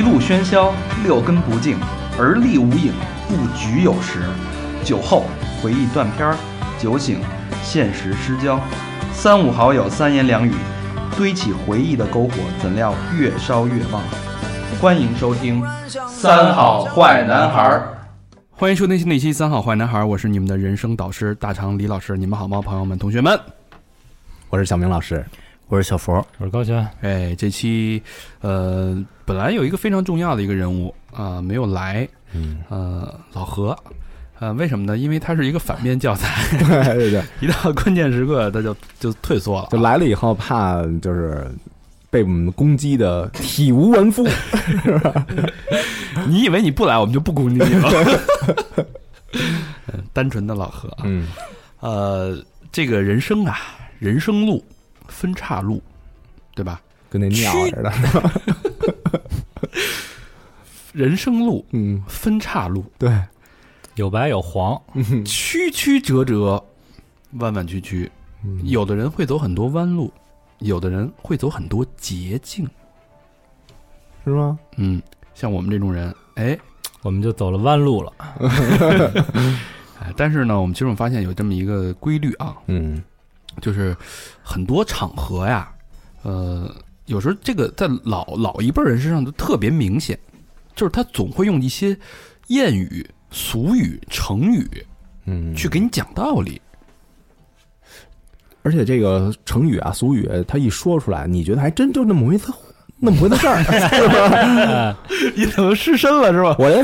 路喧嚣，六根不净，而立无影，不局有时。酒后回忆断片儿，酒醒现实失焦。三五好友三言两语，堆起回忆的篝火，怎料越烧越旺。欢迎收听三好坏男孩。欢迎收听新的一期三好坏男孩，我是你们的人生导师大肠李老师，你们好吗，朋友们同学们？ 我是小明老师， 我是小佛， 我是高轩。 哎，这期本来有一个非常重要的一个人物没有来，老何。为什么呢？因为他是一个反面教材， 对， 一到关键时刻他就退缩了， 就来了以后怕就是被我们攻击的体无完肤，是吧？ 你以为你不来我们就不攻击你了？单纯的老何这个人生啊，人生路分岔路，对吧？ 跟那鸟似的， 人生路，分岔路， 对。 有白有黄， 曲曲折折，弯弯曲曲，有的人会走很多弯路，有的人会走很多捷径， 是吗？ 像我们这种人， 我们就走了弯路了。 但是呢，其实我们发现有这么一个规律啊，就是很多场合呀，有时候这个在老一辈人身上都特别明显，就是他总会用一些谚语、俗语、成语，去给你讲道理。而且这个成语啊、俗语，他一说出来，你觉得还真就那么回事儿，是吧？ 你怎么失身了，是吧？ 我也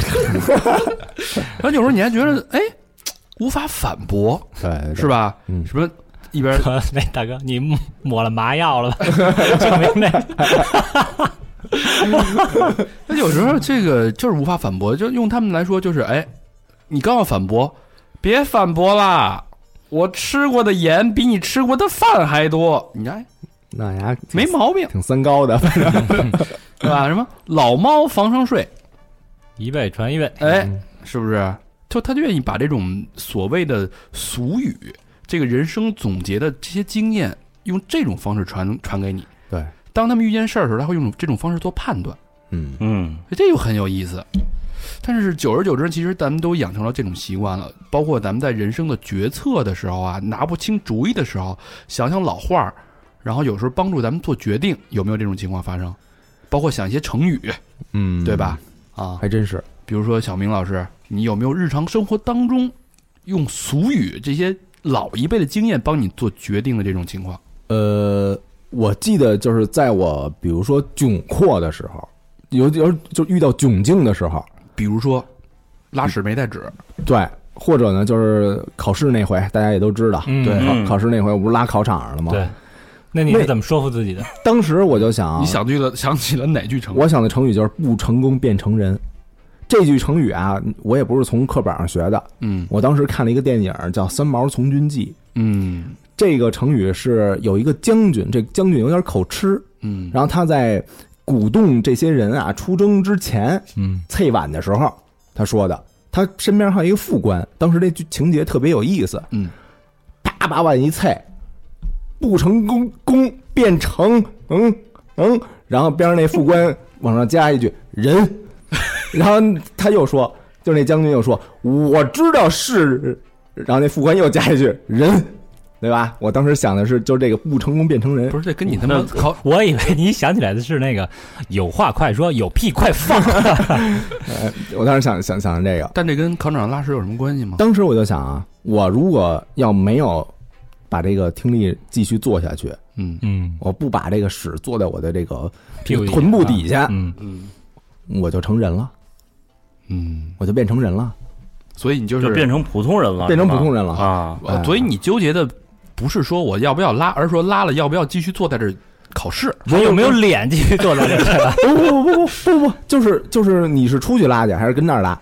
然后有时候你还觉得，无法反驳， 对， 是吧？什么一边那大哥，你抹了麻药了吧？证明那。 那有时候这个就是无法反驳，就用他们来说，就是你刚要反驳，别反驳啦，我吃过的盐比你吃过的饭还多，你看， 那呀没毛病， 挺三高的，反正对吧？什么老猫房上睡， 一辈传一辈， 是不是？就他愿意把这种所谓的俗语，这个人生总结的这些经验，用这种方式传给你。 对。 当他们遇见事儿的时候，他会用这种方式做判断，这就很有意思。但是久而久之，其实咱们都养成了这种习惯了。包括咱们在人生的决策的时候啊，拿不清主意的时候，想想老话，然后有时候帮助咱们做决定，有没有这种情况发生？包括想一些成语，对吧？ 还真是。 比如说小明老师，你有没有日常生活当中用俗语这些老一辈的经验帮你做决定的这种情况？ 我记得就是在我比如说窘迫的时候，有就遇到窘境的时候， 比如说拉屎没带纸， 对，或者呢就是考试那回，大家也都知道，对，考试那回我不是拉考场上了吗？ 对，那你是怎么说服自己的？ 当时我就想， 你想起了哪句成语？ 我想的成语就是不成功便成仁。这句成语啊，我也不是从课本上学的，我当时看了一个电影叫《三毛从军记》，这个成语是有一个将军，这将军有点口吃，然后他在鼓动这些人啊出征之前，催晚的时候他说的，他身边还有一个副官，当时这情节特别有意思，啪把碗一催，不成功变成然后边上那副官往上加一句人，然后他又说，就那将军又说我知道是，然后那副官又加一句人。对吧？我当时想的是，就这个不成功变成人， 不是这跟你他妈考， 我以为你想起来的是那个有话快说，有屁快放。 我当时想这个， 但这跟考场上拉屎有什么关系吗？ 当时我就想啊，我如果要没有把这个听力继续做下去，我不把这个屎坐在我的这个臀部底下，我就成人了，我就变成人了， 所以你就变成普通人了， 变成普通人了啊！ 所以你纠结的不是说我要不要拉，而是说拉了要不要继续坐在这儿考试， 还有没有脸继续坐在这儿？ 不，就是你是出去拉去还是跟那儿拉？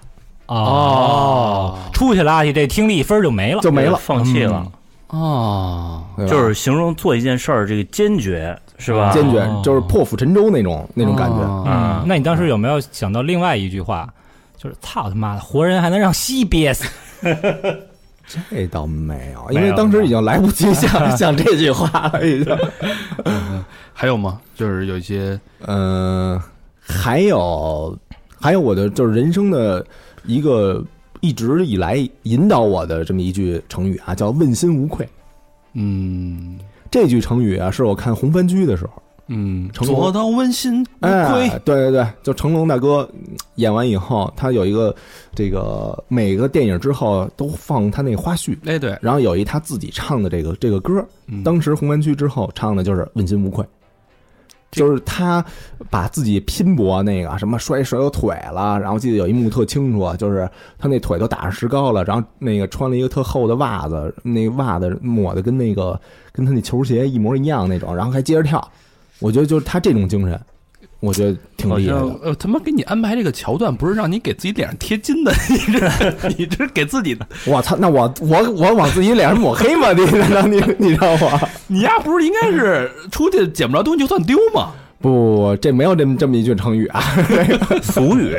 出去拉去，这听力分就没了， 放弃了。就是形容做一件事儿这个坚决，是吧？ 坚决就是破釜沉舟那种感觉。 那你当时有没有想到另外一句话，就是操他妈的，活人还能让西憋死？ 这倒没有，因为当时已经来不及想这句话了，已经。 还有吗？就是有一些还有我的就是人生的一个一直以来引导我的这么一句成语啊，叫问心无愧。这句成语啊，是我看红番区的时候。 做到问心无愧。 对，就成龙大哥演完以后，他有一个这个每个电影之后都放他那个花絮， 对， 然后有一他自己唱的这个歌，当时红番区之后唱的就是问心无愧，就是他把自己拼搏那个什么摔有腿了，然后记得有一幕特清楚，就是他那腿都打上石膏了，然后那个穿了一个特厚的袜子，那个袜子抹的跟他那球鞋一模一样那种，然后还接着跳。我觉得就是他这种精神，我觉得挺厉害的。 他妈给你安排这个桥段，不是让你给自己脸上贴金的，你这是给自己的。 我操！那我往自己脸上抹黑吗？你知道吗？ 你丫不是应该是出去捡不着东西就算丢吗？ 不，这没有这么一句成语啊， 俗语。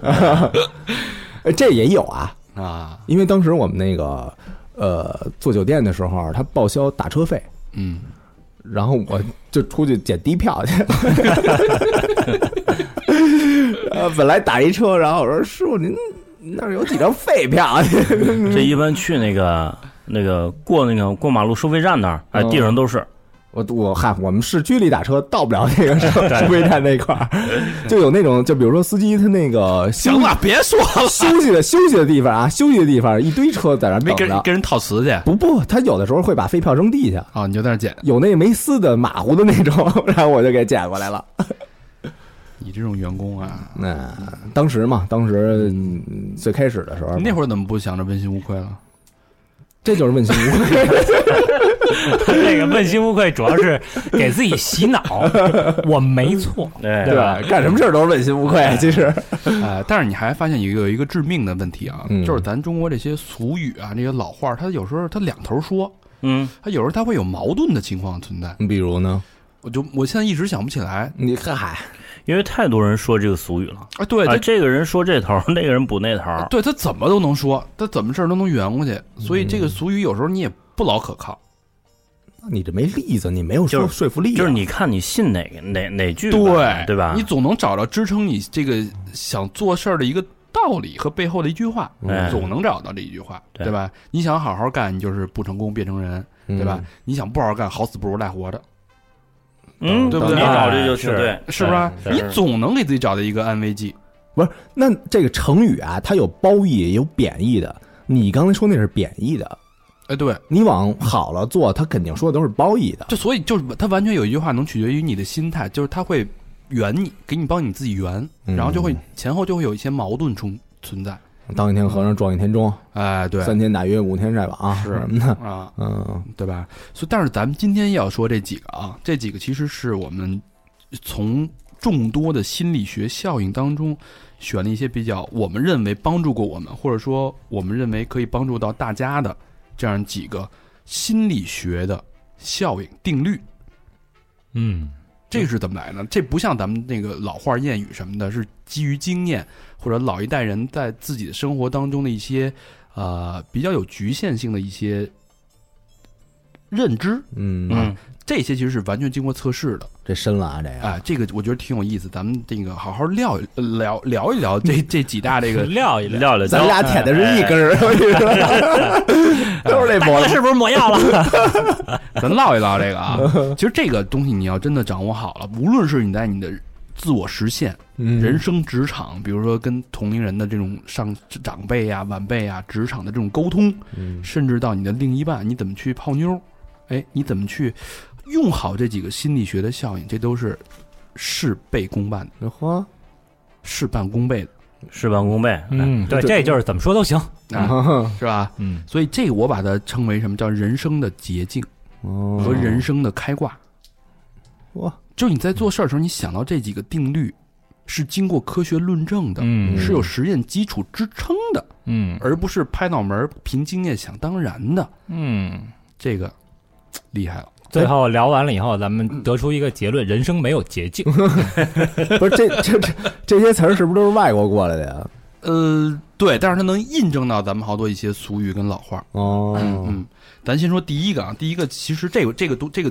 这也有啊，因为当时我们那个做酒店的时候，他报销打车费，然后我就出去捡低票去，本来打一车，然后我说师傅您那儿有几张废票？ 这一般去那个过马路收费站那儿，哎，地上都是。 我们市区里打车到不了那个收费站那块儿，就有那种，就比如说司机他那个行了，别说了， 休息的地方一堆车在那等着， 跟人套词去。 不，他有的时候会把废票扔地下啊，你就在那捡， 有那没撕的马虎的那种，然后我就给捡过来了。 你这种员工啊， 那当时最开始的时候， 那会儿怎么不想着问心无愧了？ 这就是问心无愧。 这个问心无愧主要是给自己洗脑，我没错，对吧？ 干什么事都是问心无愧，其实。 但是你还发现有一个致命的问题啊，就是咱中国这些俗语啊，这些老话，它有时候它两头说，它有时候它会有矛盾的情况存在。 比如呢？ 我现在一直想不起来。 你嗨。 因为太多人说这个俗语了啊，对， 这个人说这头，那个人补那头， 对他怎么都能说，他怎么事儿都能圆过去，所以这个俗语有时候你也不老可靠。 你这没例子，你没有说服力， 就是你看你信哪句，对吧？ 你总能找到支撑你这个想做事儿的一个道理和背后的一句话，总能找到这一句话，对吧？你想好好干，你就是不成功变成人，对吧？你想不好好干，好死不如赖活着。对不对？ 你找这就挺对， 是不是？你总能给自己找到一个安慰剂。 不是，那这个成语啊，它有褒义也有贬义的。你刚才说那是贬义的， 对， 你往好了做，他肯定说的都是褒义的。 所以就是他完全有一句话能取决于你的心态，就是他会圆你，给你帮你自己圆，然后就会前后就会有一些矛盾存在。 当一天和尚撞一天钟， 对 ，3天打鱼5天晒网是什么的啊，对吧？所以，但是咱们今天要说这几个啊，这几个其实是我们从众多的心理学效应当中选了一些比较我们认为帮助过我们，或者说我们认为可以帮助到大家的这样几个心理学的效应定律。这是怎么来呢？这不像咱们那个老话谚语什么的，是基于经验或者老一代人在自己的生活当中的一些比较有局限性的一些认知。这些其实是完全经过测试的。 这深了啊， 这个我觉得挺有意思。咱们这个好好聊一聊这几大这个聊一聊， 咱俩舔的是一根儿，都是这脖子， 是不是抹药了？ 咱唠一唠这个啊。其实这个东西你要真的掌握好了，无论是你在你的自我实现、人生职场，比如说跟同龄人的这种长辈呀、晚辈呀、职场的这种沟通，甚至到你的另一半，你怎么去泡妞，你怎么去用好这几个心理学的效应，这都是事倍功半的。事半功倍的， 事半功倍。 对，这就是怎么说都行是吧？所以这个我把它称为什么叫人生的捷径和人生的开挂。就是你在做事的时候，你想到这几个定律是经过科学论证的，是有实验基础支撑的，而不是拍脑门凭经验想当然的。这个厉害了。 最后聊完了以后，咱们得出一个结论：人生没有捷径。 不是这些词儿是不是都是外国过来的呀？ 对，但是它能印证到咱们好多一些俗语跟老话。咱先说第一个啊，第一个其实这个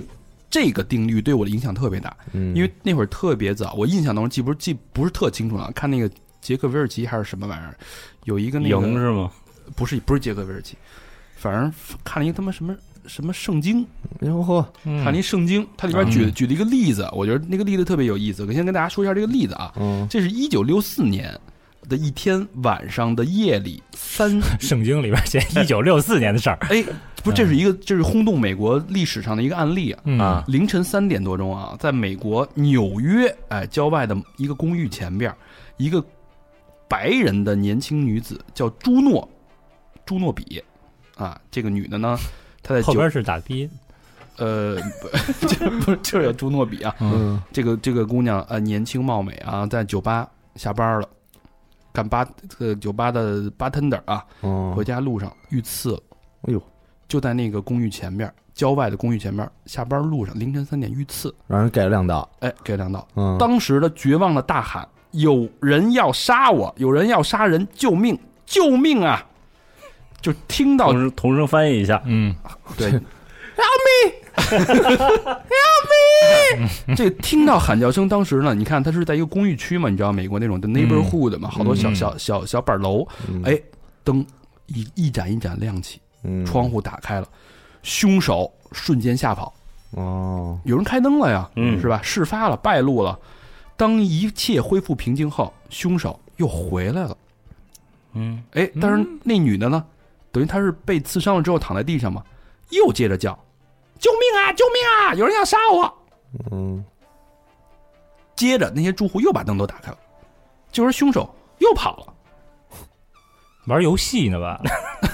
这个定律对我的影响特别大，因为那会儿特别早，我印象当中记不是特清楚了。看那个杰克韦尔奇还是什么玩意儿，有一个那个赢是吗？ 不是杰克韦尔奇，反正看了一个他妈什么圣经， 哟呵， 看了一圣经，它里边举了一个例子，我觉得那个例子特别有意思。我先跟大家说一下这个例子啊，这是1964年的一天晚上的夜里， 圣经里边写1964年的事儿， 哎。不，这是轰动美国历史上的一个案例啊！凌晨3点多钟啊，在美国纽约郊外的一个公寓前边，一个白人的年轻女子叫朱诺比啊，这个女的呢，她在后边是打的， 不是就是叫朱诺比啊，这个姑娘年轻貌美啊，在酒吧下班了，干酒吧的bartender啊，回家路上遇刺了， 哎呦。 就在那个公寓前面，郊外的公寓前面，下班路上凌晨3点遇刺， 让人给了2刀， 给了2刀。当时的绝望的大喊：“有人要杀我，有人要杀人，救命，救命啊！”就听到同声翻译一下， 对 ，Help me，Help me！ 这听到喊叫声，当时呢，你看他是在一个公寓区嘛，你知道美国那种的 neighborhood 嘛，好多小板楼，灯一盏一盏亮起。窗户打开了，凶手瞬间吓跑。有人开灯了呀，是吧？事发了，败露了。当一切恢复平静后，凶手又回来了。但是那女的呢，等于她是被刺伤了之后躺在地上嘛，又接着叫：“救命啊！救命啊！有人要杀我！”接着那些住户又把灯都打开了，这会儿凶手又跑了， 玩游戏呢吧？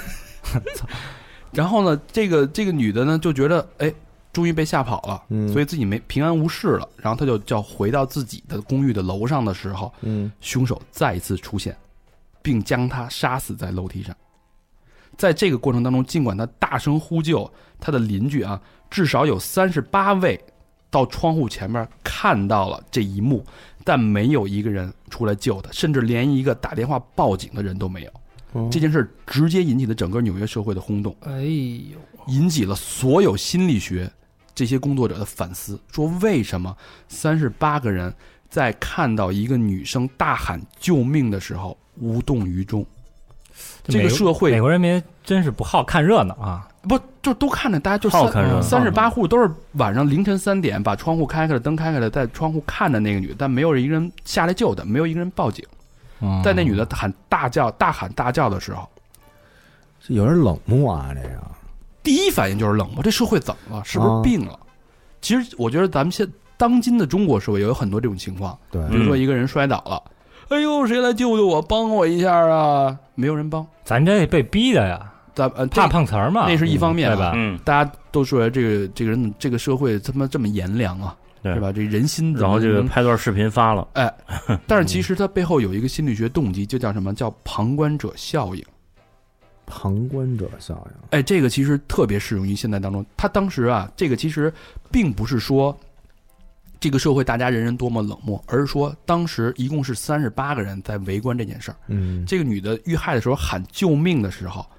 然后呢，这个女的呢就觉得终于被吓跑了，所以自己平安无事了。然后她就叫回到自己的公寓的楼上的时候，凶手再一次出现，并将她杀死在楼梯上。在这个过程当中，尽管她大声呼救，她的邻居啊，至少有38位到窗户前面看到了这一幕，但没有一个人出来救她，甚至连一个打电话报警的人都没有。这件事直接引起了整个纽约社会的轰动，引起了所有心理学这些工作者的反思，说为什么38个人在看到一个女生大喊救命的时候无动于衷？这个社会， 美国人民真是不好看热闹啊！ 不，就都看着，大家就好看热闹。 38户都是晚上凌晨3点把窗户开开了，灯开开了，在窗户看着那个女的，但没有一个人下来救她，没有一个人报警。在那女的大喊大叫的时候， 这有点冷漠啊！这个第一反应就是冷漠，这社会怎么了？是不是病了？其实我觉得咱们当今的中国社会也有很多这种情况， 对， 比如说一个人摔倒了，哎呦，谁来救救我，帮我一下啊！没有人帮， 咱这被逼的呀，怕碰瓷儿嘛， 那是一方面， 对吧？ 大家都说这个人这个社会他妈这么炎凉啊。是吧？这人心， 然后这个拍段视频发了， 但是其实它背后有一个心理学动机，就叫什么？叫旁观者效应。 旁观者效应， 这个其实特别适用于现在当中。他当时啊，这个其实并不是说这个社会大家人人多么冷漠，而是说当时一共是38个人在围观这件事儿。这个女的遇害的时候喊救命的时候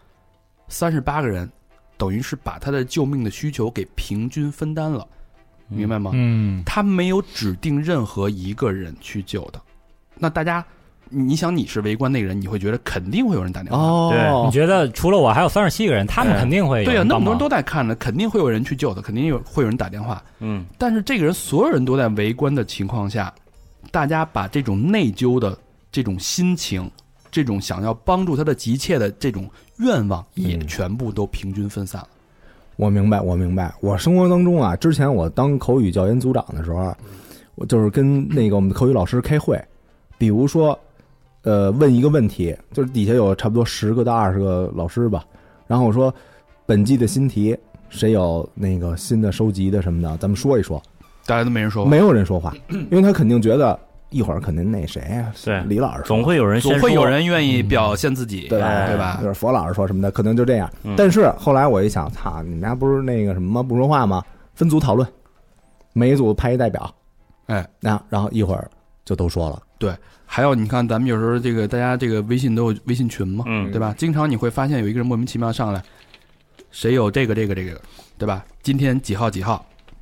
，38个人等于是把她的救命的需求给平均分担了。明白吗？他没有指定任何一个人去救的。那大家，你想你是围观那个人，你会觉得肯定会有人打电话。 对，你觉得除了我还有37个人，他们肯定会有人对啊，那么多人都在看呢，肯定会有人去救的，肯定会有人打电话。但是这个人所有人都在围观的情况下，大家把这种内疚的这种心情，这种想要帮助他的急切的这种愿望，也全部都平均分散了。 我明白。我生活当中啊，之前我当口语教研组长的时候，我就是跟那个我们的口语老师开会，比如说，问一个问题，就是底下有差不多10个到20个老师吧，然后我说，本季的新题，谁有那个新的收集的什么的，咱们说一说。 大家都没人说话， 没有人说话，因为他肯定觉得一会儿肯定那谁啊， 对， 李老师总会有人愿意表现自己，对吧？ 就是佛老师说什么的，可能就这样。但是后来我一想，操，你们家不是那个什么吗？不说话吗？分组讨论，每一组派一代表，然后一会儿就都说了。 对，还有你看，咱们有时候这个大家这个微信都有微信群嘛，对吧？经常你会发现有一个人莫名其妙上来，谁有这个，对吧？今天几号，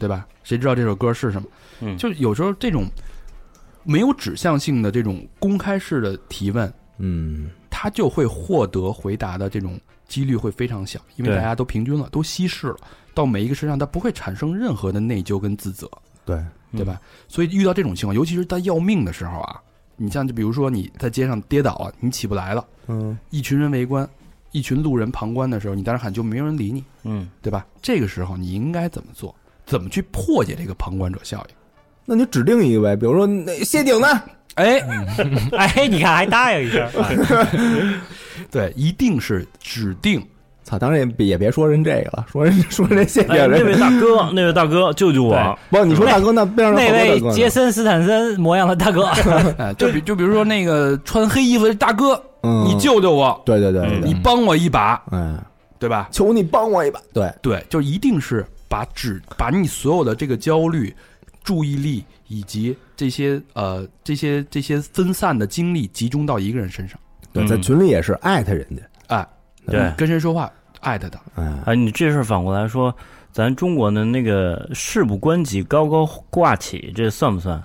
对吧？谁知道这首歌是什么？就有时候这种没有指向性的这种公开式的提问，他就会获得回答的这种几率会非常小，因为大家都平均了，都稀释了，到每一个身上，它不会产生任何的内疚跟自责，对吧？所以遇到这种情况，尤其是他要命的时候啊，你像就比如说你在街上跌倒了，你起不来了，一群人围观，一群路人旁观的时候，你当时喊就没有人理你，对吧？这个时候你应该怎么做？怎么去破解这个旁观者效应？ 那你就指定一个呗，比如说那谢顶呢？ 哎，你看还答应一下， 对，一定是指定。 操，当然也别说人这个了，说人谢顶人。 那位大哥，救救我！ 不，你说大哥那边上那位杰森·斯坦森模样的大哥， 就比如说那个穿黑衣服的大哥，你救救我！ 对， 你帮我一把，对吧？ 求你帮我一把。 对，就一定是把你所有的这个焦虑、注意力以及这些分散的精力集中到一个人身上。 对，在群里也是艾特人家， 对，跟谁说话艾特他。 你这事反过来说，咱中国的那个事不关己高高挂起，这算不算？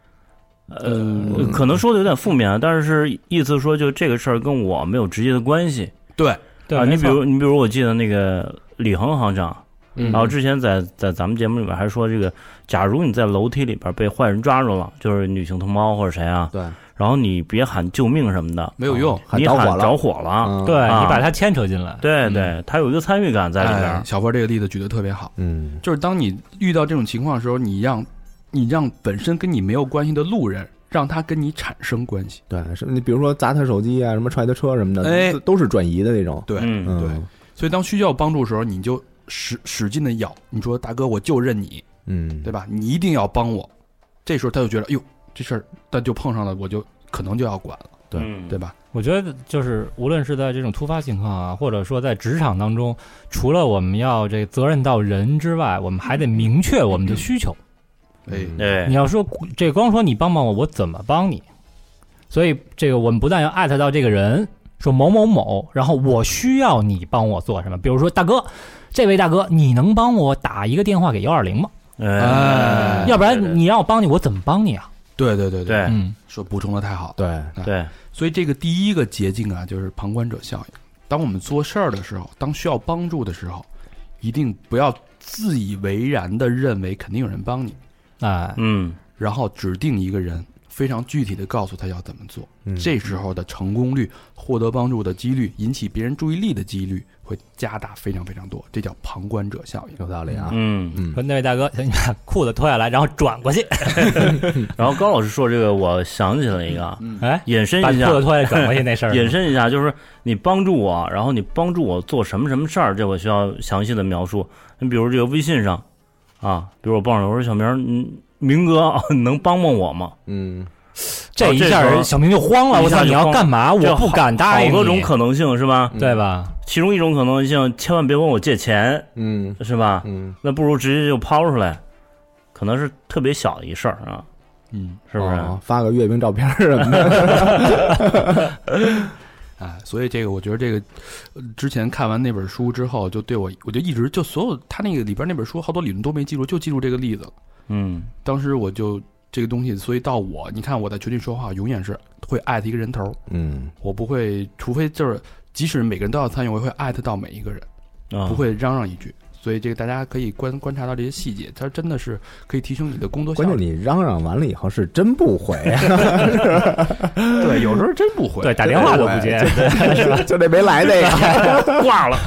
可能说的有点负面，但是意思说就这个事儿跟我没有直接的关系。 对你比如我记得那个李恒行长。然后之前在咱们节目里边还说这个，假如你在楼梯里边被坏人抓住了，就是女性同胞或者谁啊， 对， 然后你别喊救命什么的， 没有用， 你喊着火了， 对，你把他牵扯进来， 对，他有一个参与感在里边。 小波这个例子举得特别好，就是当你遇到这种情况的时候，你让本身跟你没有关系的路人，让他跟你产生关系， 对，你比如说砸他手机啊，什么踹他车什么的，都是转移的那种， 对，所以当需要帮助的时候，你就使劲的咬，你说大哥我就认你，对吧？你一定要帮我。这时候他就觉得，哟，这事儿但就碰上了，我就可能就要管了，对吧？ 我觉得就是无论是在这种突发情况啊，或者说在职场当中，除了我们要这个责任到人之外，我们还得明确我们的需求。你要说这光说你帮帮我，我怎么帮你？所以这个我们不但要艾特到这个人，说某某某，然后我需要你帮我做什么？比如说大哥。这位大哥，你能帮我打一个电话给120吗？要不然你让我帮你，我怎么帮你啊？ 对，说补充的太好， 对， 所以这个第一个捷径啊，就是旁观者效应。当我们做事儿的时候，当需要帮助的时候，一定不要自以为然的认为肯定有人帮你，然后指定一个人，非常具体的告诉他要怎么做，这时候的成功率、获得帮助的几率、引起别人注意力的几率会加大非常非常多，这叫旁观者效应。 有道理啊。 说那位大哥，你把裤子脱下来，然后转过去。 然后高老师说这个，我想起了一个，延伸一下， 把裤子脱下来转过去那事儿。 延伸一下，就是你帮助我，然后你帮助我做什么什么事儿，这我需要详细的描述。你比如这个微信上啊，比如我帮着我说小明，明哥，你能帮帮我吗？ 这一下小明就慌了，我操！你要干嘛？我不敢答应你。 好多种可能性是吧？ 对吧？ 其中一种可能性，千万别问我借钱，是吧？那不如直接就抛出来，可能是特别小的一事儿啊，是不是？ 发个月饼照片什么的。 所以这个我觉得这个之前看完那本书之后，就对我就一直就所有他那个里边那本书好多理论都没记住，就记住这个例子了。当时我就。这个东西，所以到你看我在群里说话，永远是会艾特一个人头，我不会，除非就是即使每个人都要参与，我会艾特到每一个人，不会嚷嚷一句。所以这个大家可以观察到这些细节，它真的是可以提升你的工作效率。 关键你嚷嚷完了以后是真不回， 对，有时候真不回， 对，打电话都不接， 是吧？就这没来那个挂了。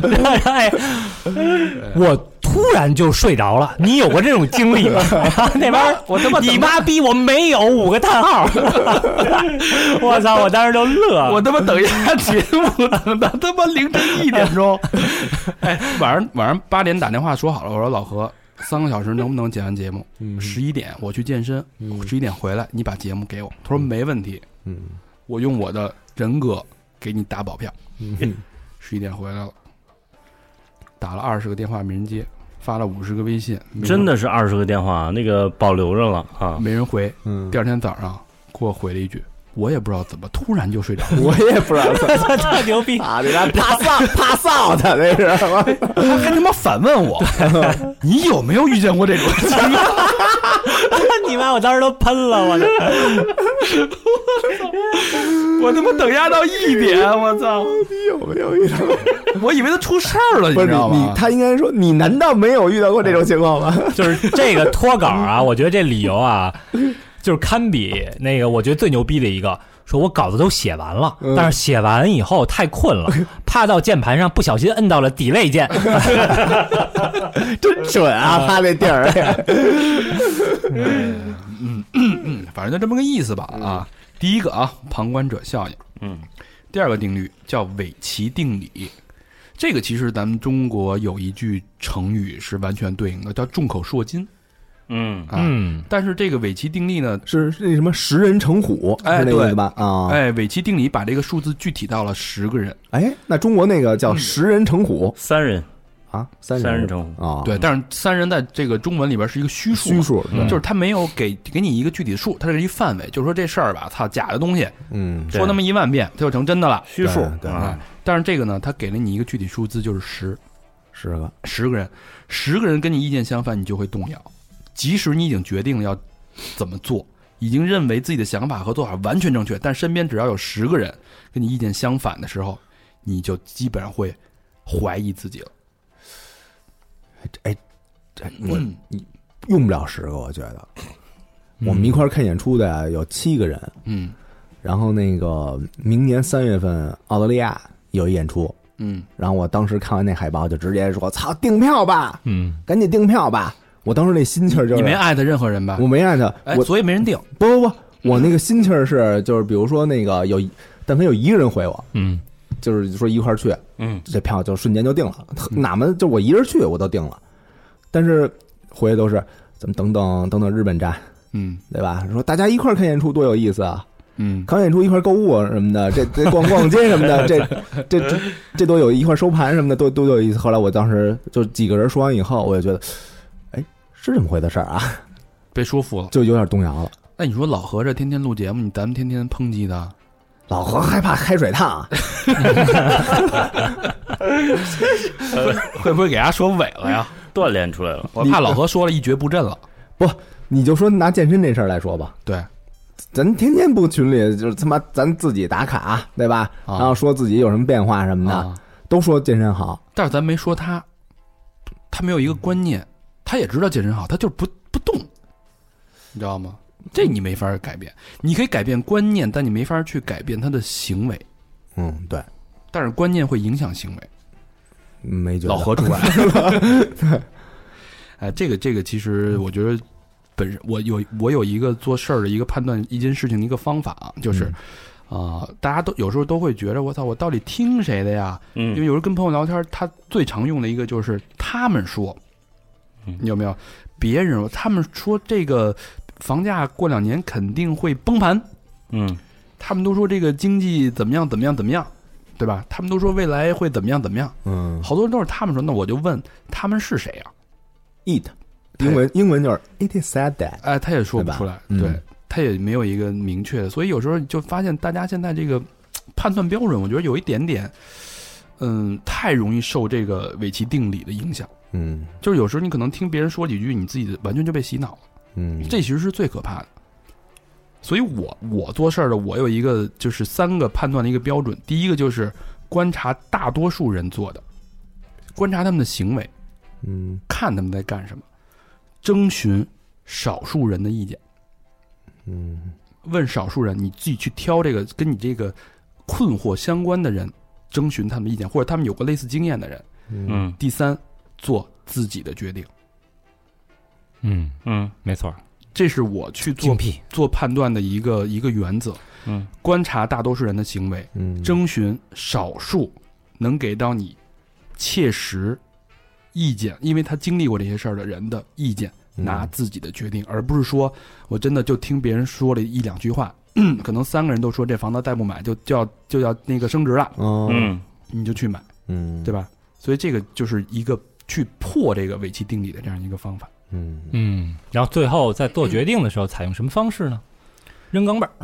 我突然就睡着了，你有过这种经历吗？那边我他妈你妈逼我没有5个叹号，我操！我当时就乐了， 我他妈等一下节目等到他妈凌晨1点钟，晚上8点打电话说好了，我说老何3个小时能不能剪完节目？11点我去健身，11点回来你把节目给我。他说没问题，我用我的人格给你打保票。11点回来了，打了20个电话没人接，发了50个微信， 真的是20个电话，那个保留着了啊， 没人回。第二天早上给我回了一句：“ 我也不知道怎么突然就睡着了， 我也不知道怎么特牛逼啊！这怕臊的那是， 还他妈反问我，你有没有遇见过这种情况？ 你妈！我当时都喷了， 我他妈等压到1点，我操！ 你有没有遇到过？ 我以为他出事儿了，你知道吗？ 他应该说，你难道没有遇到过这种情况吗？ 就是这个脱稿啊，我觉得这理由啊，就是堪比那个，我觉得最牛逼的一个。说我稿子都写完了，但是写完以后太困了，趴到键盘上不小心摁到了delay键， 真准啊！趴那地儿， 反正就这么个意思吧啊。第一个啊，旁观者效应，第二个定律叫韦奇定理，这个其实咱们中国有一句成语是完全对应的，叫众口铄金。但是这个韦奇定律呢， 是那什么10人成虎， 哎， 对吧？啊， 哎，韦奇定理把这个数字具体到了10个人。 哎，那中国那个叫10人成虎 ，3人啊，3 人成虎啊， 对，但是3人在这个中文里边是一个虚数，就是他没有给你一个具体的数，它是一范围，就是说这事儿吧，操，假的东西，说那么1万遍，它就成真的了， 虚数， 对。 但是这个呢，他给了你一个具体数字，就是10个人，10个人跟你意见相反，你就会动摇。即使你已经决定了要怎么做，已经认为自己的想法和做法完全正确，但身边只要有10个人跟你意见相反的时候，你就基本上会怀疑自己了。 你用不了10个，我觉得。我们一块看演出的有7个人，然后那个明年3月份澳大利亚有一演出，然后我当时看完那海报就直接说：“操，订票吧，赶紧订票吧。”我当时那心气儿就是你没艾特任何人吧？ 我没艾特， 所以没人订。 不，我那个心气儿是就是比如说那个但凡有1个人回我，就是说一块儿去，这票就瞬间就定了。哪怕就我一人去我都定了，但是回都是咱们等等日本站，对吧？说大家一块儿看演出多有意思啊！看完演出一块儿购物什么的，这逛街什么的，这都有一块儿收盘什么的，都有意思。后来我当时就几个人说完以后，我就觉得。是这么回的事儿啊， 被说服了， 就有点动摇了。 那你说老何这天天录节目，咱们天天抨击他， 老何害怕开水烫， 会不会给他说萎了呀？ 锻炼出来了， 我怕老何说了一蹶不振了。 不，你就说拿健身这事儿来说吧， 对， 咱天天不群里就是他妈咱自己打卡，对吧？然后说自己有什么变化什么的，都说健身好， 但是咱没说他没有一个观念。他也知道健身好，他就是不动，你知道吗？这你没法改变。你可以改变观念，但你没法去改变他的行为。 对。 但是观念会影响行为。 没觉得老何出来了。哎，这个其实我觉得本身我有一个做事儿的一个判断一件事情的一个方法啊，就是大家都有时候都会觉得我操，我到底听谁的呀？因为有时候跟朋友聊天，他最常用的一个就是他们说。你有没有别人他们说这个房价过2年肯定会崩盘，他们都说这个经济怎么样，对吧？他们都说未来会怎么样，好多人都是他们说，那我就问他们是谁啊 ？It， 英文就是 It is said that， 哎，他也说不出来，对，他也没有一个明确的，所以有时候你就发现大家现在这个判断标准，我觉得有一点点，太容易受这个韦奇定理的影响。就是有时候你可能听别人说几句，你自己完全就被洗脑了。这其实是最可怕的。所以我做事儿的，我有一个就是3个判断的一个标准。第一个就是观察大多数人做的，观察他们的行为，看他们在干什么，征询少数人的意见。问少数人，你自己去挑这个跟你这个困惑相关的人，征询他们的意见，或者他们有过类似经验的人。第3。做自己的决定。 没错， 这是我去做判断的一个原则。观察大多数人的行为，征询少数能给到你切实意见，因为他经历过这些事儿的人的意见，拿自己的决定，而不是说我真的就听别人说了1-2句话，可能3个人都说这房子再不买就要那个升值了，你就去买，对吧？所以这个就是一个去破这个韦奇定理的这样一个方法。 然后最后在做决定的时候采用什么方式呢？ 扔钢镚儿。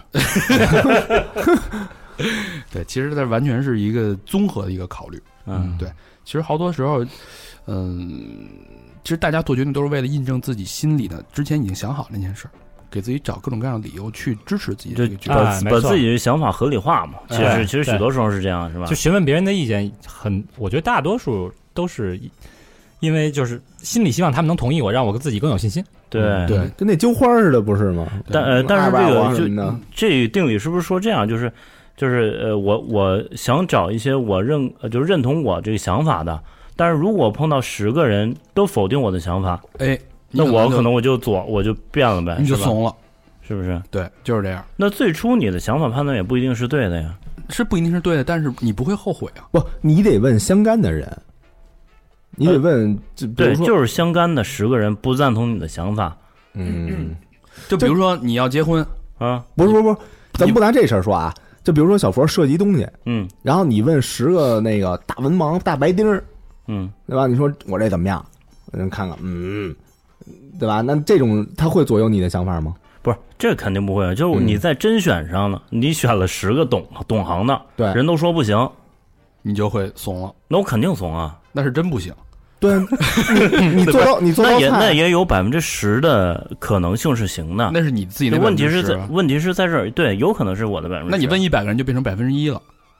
对，其实它完全是一个综合的一个考虑。对，其实好多时候，其实大家做决定都是为了印证自己心里的之前已经想好那件事，给自己找各种各样的理由去支持自己这个决定， 把自己的想法合理化嘛。其实许多时候是这样，是吧？ 就询问别人的意见，我觉得大多数都是因为就是心里希望他们能同意我，让我自己更有信心。 对对，跟那揪花似的，不是吗？ 但是这个定理是不是说这样？就是我想找一些就是认同我这个想法的，但是如果碰到10个人都否定我的想法，那我可能我就变了呗， 你就怂了， 是不是？ 对，就是这样。 那最初你的想法判断也不一定是对的呀， 是不一定是对的，但是你不会后悔啊。 不，你得问相干的人，你得问， 对，就是相干的10个人不赞同你的想法， 就比如说你要结婚啊，不是，咱不拿这事儿说啊。就比如说小佛设计东西，然后你问10个那个大文盲、大白丁儿，对吧？你说我这怎么样？人看看，对吧？那这种他会左右你的想法吗？ 不是，这肯定不会。就是你在甄选上呢，你选了10个懂行的， 对， 人都说不行， 你就会怂了。 那我肯定怂啊， 那是真不行。 对，你做到那也有10%的可能性是行的， 那是你自己的问题是在这儿，对，有可能是我的10%。 那你问100个人就变成1%了。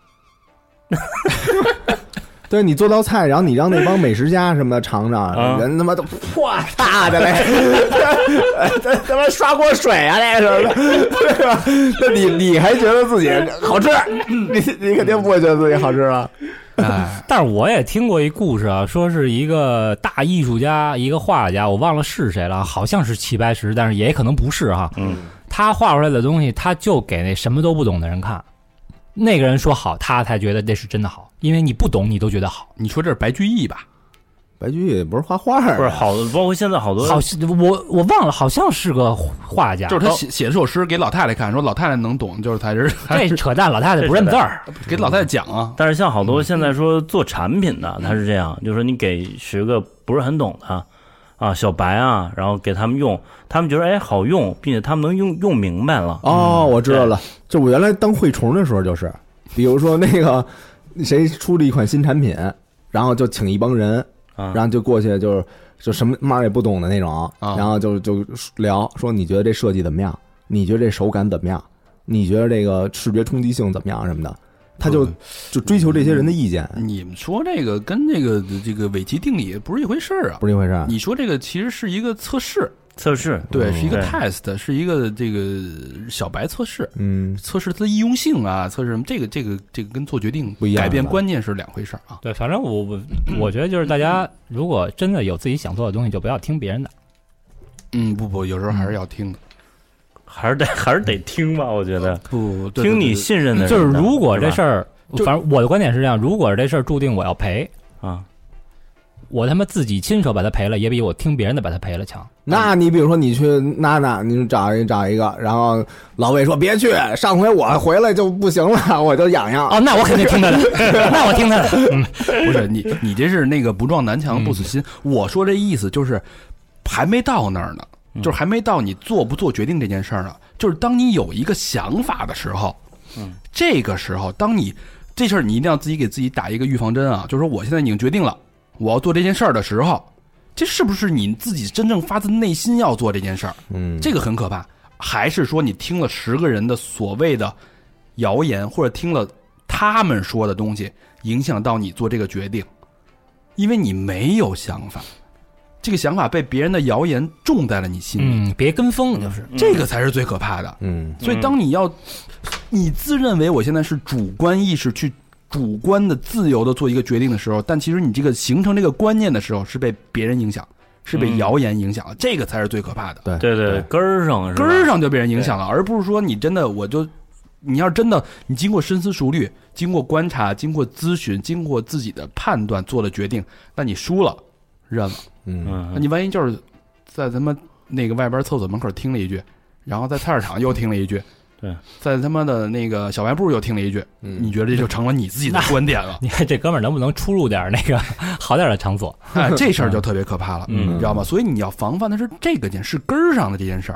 对，你做道菜，然后你让那帮美食家什么的尝尝，人他妈都破大的嘞，他妈刷锅水啊，那个对吧？那你还觉得自己好吃？你肯定不会觉得自己好吃吧？ 但是我也听过一故事啊，说是一个大艺术家，一个画家，我忘了是谁了，好像是齐白石，但是也可能不是哈。他画出来的东西，他就给那什么都不懂的人看，那个人说好，他才觉得那是真的好，因为你不懂，你都觉得好。 你说这是白居易吧？ 白居易不是画画， 不是好的，包括现在好多， 我忘了，好像是个画家， 就是他写这首诗给老太太看，说老太太能懂，就是他这扯淡，老太太不认字儿， 给老太太讲啊。 但是像好多现在说做产品的，他是这样，就是说你给10个不是很懂的啊小白啊，然后给他们用，他们觉得好用，并且他们能用明白了。 哦，我知道了，就我原来当蛔虫的时候，就是比如说那个谁出了一款新产品，然后就请一帮人。然后就过去就什么嘛也不懂的那种，然后就聊说你觉得这设计怎么样？你觉得这手感怎么样？你觉得这个视觉冲击性怎么样什么的？他就追求这些人的意见。 你们说这个跟这个韦奇定理不是一回事啊？ 不是一回事。 你说这个其实是一个测试，对，是一个 test， 是一个这个小白测试，测试它的易用性啊，测试什么这个跟做决定不一样， 改变观念是两回事啊。 对，反正我觉得就是大家如果真的有自己想做的东西，就不要听别人的。 不，有时候还是要听的， 还是得听吧。我觉得不听你信任的人， 就是如果这事儿，反正我的观点是这样，如果这事儿注定我要赔啊。我他妈自己亲手把他赔了，也比我听别人的把他赔了强。 那你比如说你去娜，你找一个，然后老魏说别去，上回我回来就不行了，我就痒痒。 哦，那我肯定听他的，那我听他的。 不是你这是那个不撞南墙不死心。我说这意思就是还没到那儿呢，就是还没到你做不做决定这件事儿呢。就是当你有一个想法的时候，这个时候当你这事儿你一定要自己给自己打一个预防针啊，就是说我现在已经决定了。我要做这件事儿的时候，这是不是你自己真正发自内心要做这件事儿？这个很可怕。还是说你听了10个人的所谓的谣言，或者听了他们说的东西，影响到你做这个决定？因为你没有想法，这个想法被别人的谣言种在了你心里。 别跟风，就是这个才是最可怕的。所以当你自认为我现在是主观意识去。主观的自由的做一个决定的时候，但其实你这个形成这个观念的时候是被别人影响，是被谣言影响了，这个才是最可怕的。 对，根儿上就被人影响了，而不是说你真的你要真的你经过深思熟虑，经过观察，经过咨询，经过自己的判断做了决定，那你输了，认了。那你万一就是在他妈那个外边厕所门口听了一句，然后在菜市场又听了一句。 对， 在他妈的那个小卖部又听了一句，你觉得这就成了你自己的观点了？ 你看这哥们儿能不能出入点那个好点的场所？ 这事儿就特别可怕了，你知道吗？所以你要防范的是这个是根儿上的这件事儿，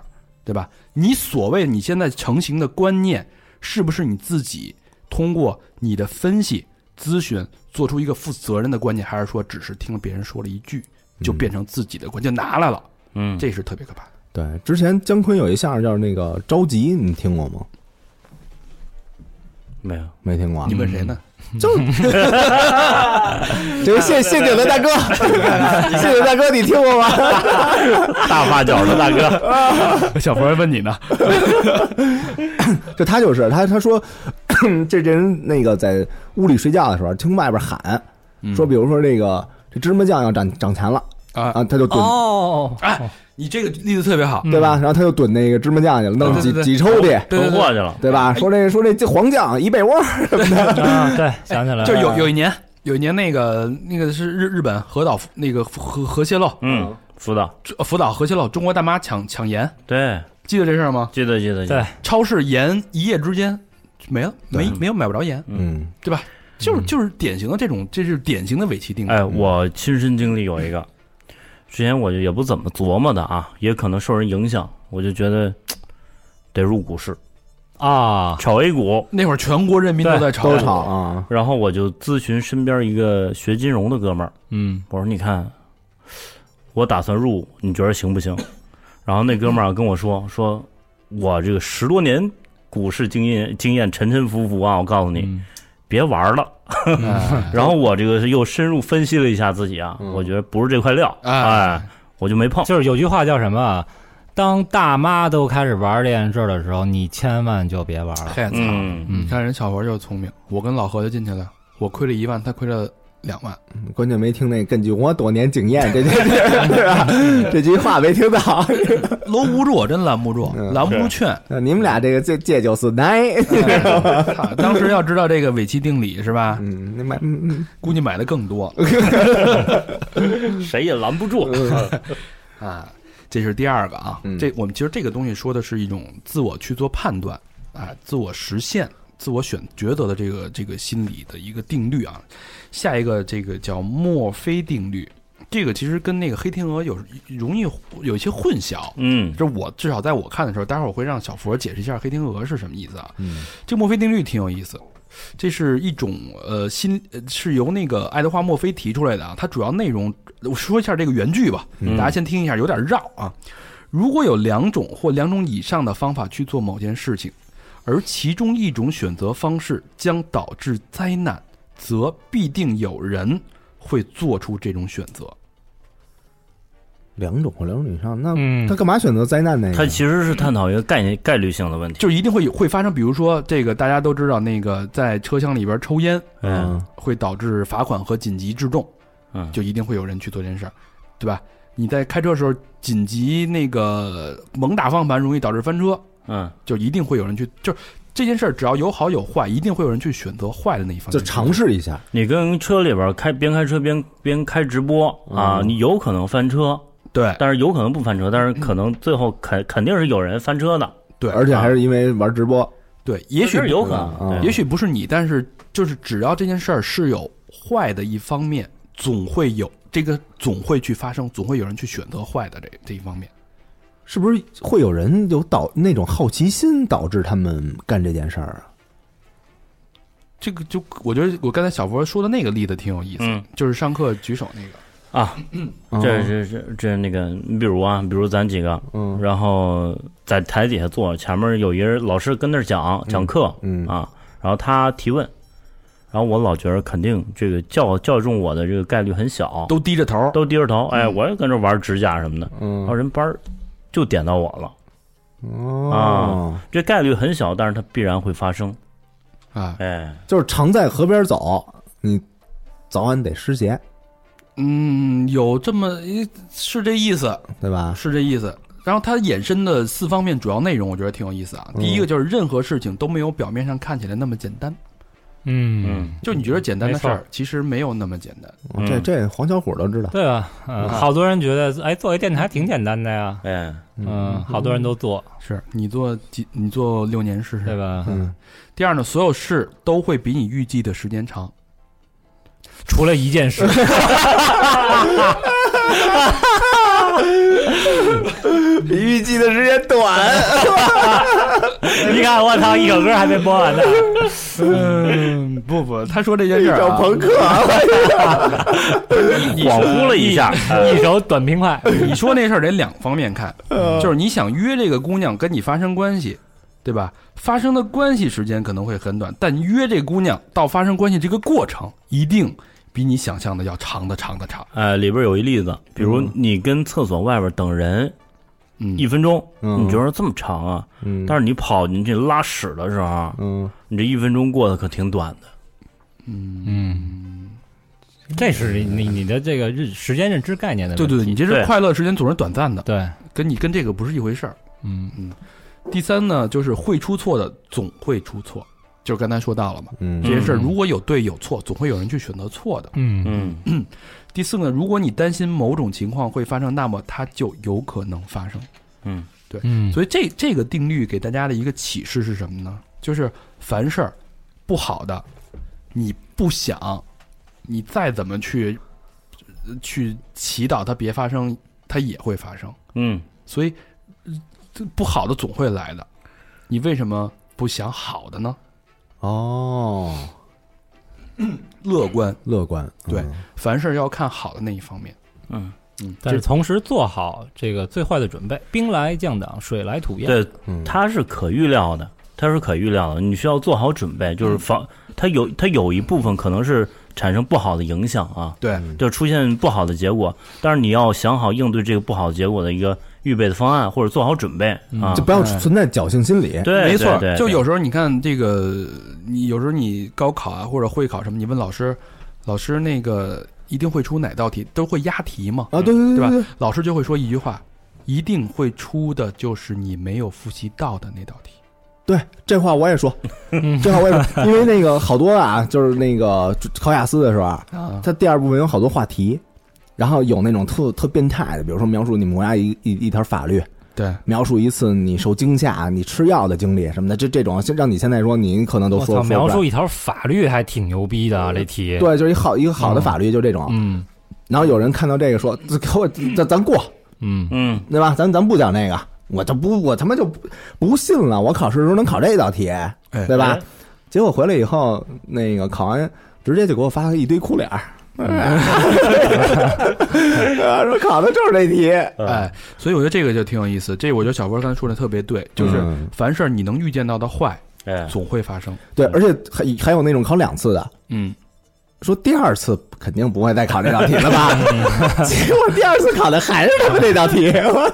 对吧？你所谓你现在成型的观念，是不是你自己通过你的分析、咨询做出一个负责任的观念，还是说只是听了别人说了一句就变成自己的观念就拿来了？这是特别可怕的。 对，之前姜昆有一相声叫那个着急，你听过吗？ 没有， 没听过。 你问谁呢？ 就这个谢顶的大哥，谢顶大哥，你听过吗？ 大发脚的大哥， 小佛问你呢？ 就他就是他说，这人那个在屋里睡觉的时候，听外边喊说，比如说这个这芝麻酱要涨钱了啊，他就蹲哎。你这个例子特别好， 对吧？然后他就蹲那个芝麻酱去了，弄几抽屉， 囤货去了， 对吧？说这黄酱一被窝什么的啊，对，想起来了， 就有一年那个是日本河岛那个河蟹肉， 福岛河蟹肉，中国大妈抢盐， 对， 记得这事儿吗？ 记得， 对， 超市盐一夜之间没了，没有买不着盐，对吧？就是典型的这种，这是典型的伪期定律。 哎，我亲身经历有一个。之前我就也不怎么琢磨的啊，也可能受人影响，我就觉得得入股市啊， 炒 A 股。 那会儿全国人民都在炒啊。 然后我就咨询身边一个学金融的哥们儿，我说你看，我打算入，你觉得行不行？然后那哥们儿跟我说我这个10多年股市经验沉沉浮浮啊，我告诉你，别玩了。然后我这个又深入分析了一下自己啊，我觉得不是这块料，我就没碰。 就是有句话叫什么？当大妈都开始玩这件事的时候，你千万就别玩了。 太操！你看人小佛就聪明，我跟老何就进去了，我亏了1万，他亏了2万。 关键没听那根据我多年经验这件事，对吧？这句话没听到， 搂不住，真拦不住，拦不住劝。 你们俩这个这就是奶。 当时要知道这个伪期定理是吧？ 你买， 估计买的更多， 谁也拦不住啊。这是第二个啊，我们其实这个东西说的是一种自我去做判断啊，自我实现、自我抉择的这个心理的一个定律啊。下一个这个叫墨菲定律，这个其实跟那个黑天鹅容易有一些混淆。就我至少在我看的时候，待会儿我会让小佛解释一下黑天鹅是什么意思啊。这个墨菲定律挺有意思。这是一种是由那个爱德华墨菲提出来的啊。它主要内容我说一下这个原句吧，大家先听一下，有点绕啊。如果有2种或2种以上的方法去做某件事情，而其中一种选择方式将导致灾难，则必定有人会做出这种选择。 2种或2种以上，那他干嘛选择灾难呢？ 他其实是探讨一个概率性的问题， 就是一定会发生。比如说，这个大家都知道，那个在车厢里边抽烟，会导致罚款和紧急制动，就一定会有人去做这件事儿，对吧？你在开车的时候紧急那个猛打方向盘，容易导致翻车，就一定会有人去，就这件事儿只要有好有坏，一定会有人去选择坏的那一方面， 就尝试一下。 你跟车里边边开车边开直播啊，你有可能翻车。 对， 但是有可能不翻车，但是可能最后肯定是有人翻车的。 对， 而且还是因为玩直播。 对，也许有可能， 也许不是你，但是就是只要这件事儿是有坏的一方面，总会去发生，总会有人去选择坏的这一方面。 是不是会有人有那种好奇心导致他们干这件事儿啊？ 这个就我觉得我刚才小佛说的那个例子挺有意思，就是上课举手那个。 啊，这那个，你比如咱几个，然后在台底下坐，前面有一人老师跟那儿讲课，啊，然后他提问，然后我老觉得肯定这个叫中我的这个概率很小， 都低着头， 哎，我也跟这玩指甲什么的，然后人班就点到我了，啊，这概率很小，但是它必然会发生， 啊， 哎，就是常在河边走，你早晚得湿鞋。 有这么是这意思， 对吧？ 是这意思。然后它衍生的4方面主要内容，我觉得挺有意思啊。第一个就是任何事情都没有表面上看起来那么简单。就你觉得简单的事儿，其实没有那么简单。 这黄小虎都知道， 对吧？好多人觉得，做一电台挺简单的呀。好多人都做。 是你做6年试试， 对吧？ 第二呢，所有事都会比你预计的时间长。 除了一件事， 比预计的时间短。 看，我操，一首歌还没播完呢。 不，他说这件事找朋克， 恍惚了一下， 一首短平快。 你说那事儿得两方面看，就是你想约这个姑娘跟你发生关系，对吧？发生的关系时间可能会很短，但约这姑娘到发生关系这个过程，一定比你想象的要长。 里边有一例子，比如你跟厕所外边等人，1分钟，你觉得这么长啊？但是你跑进去拉屎的时候，你这1分钟过得可挺短的。 这是你的这个时间认知概念的问题。 对，你这是快乐时间总是短暂的， 对， 跟这个不是一回事儿。第三呢，就是会出错的总会出错，就是刚才说到了嘛，这些事儿如果有对有错，总会有人去选择错的。第四个呢，如果你担心某种情况会发生，那么它就有可能发生。对，所以这个定律给大家的一个启示是什么呢？就是凡事不好的，你不想，你再怎么去祈祷它别发生，它也会发生。所以不好的总会来的，你为什么不想好的呢？乐观，对，凡事要看好的那一方面。 但是同时做好这个最坏的准备，兵来将挡，水来土掩。 对，它是可预料的，你需要做好准备，就是它有一部分可能是产生不好的影响啊， 对， 就出现不好的结果，但是你要想好应对这个不好的结果的一个预备的方案，或者做好准备啊， 就不要存在侥幸心理。 对， 没错。 对， 就有时候你看这个，你有时候你高考啊或者会考什么，你问老师那个一定会出哪道题，都会押题嘛？对吧？老师就会说一句话，一定会出的就是你没有复习到的那道题。 对，这话我也说，因为那个好多啊，就是那个考雅思的时候，它第二部分有好多话题，然后有那种特变态的，比如说描述你们国家一条法律， 对， 描述一次你受惊吓、你吃药的经历什么的，这种让你现在说你可能都说描述一条法律还挺牛逼的啊，这题。 对，就是一个好的法律，就这种。然后有人看到这个说，咱过，对吧？咱不讲那个。我他妈就不信了，我考试的时候能考这道题，对吧？结果回来以后，那个考完直接就给我发了一堆哭脸儿，说考的就是这题， 所以我觉得这个就挺有意思。这我觉得小波刚才说的特别对，就是凡事你能预见到的坏，总会发生。 对，而且还有那种考2次的，说第2次肯定不会再考这道题了吧？结果第2次考的还是他们这道题，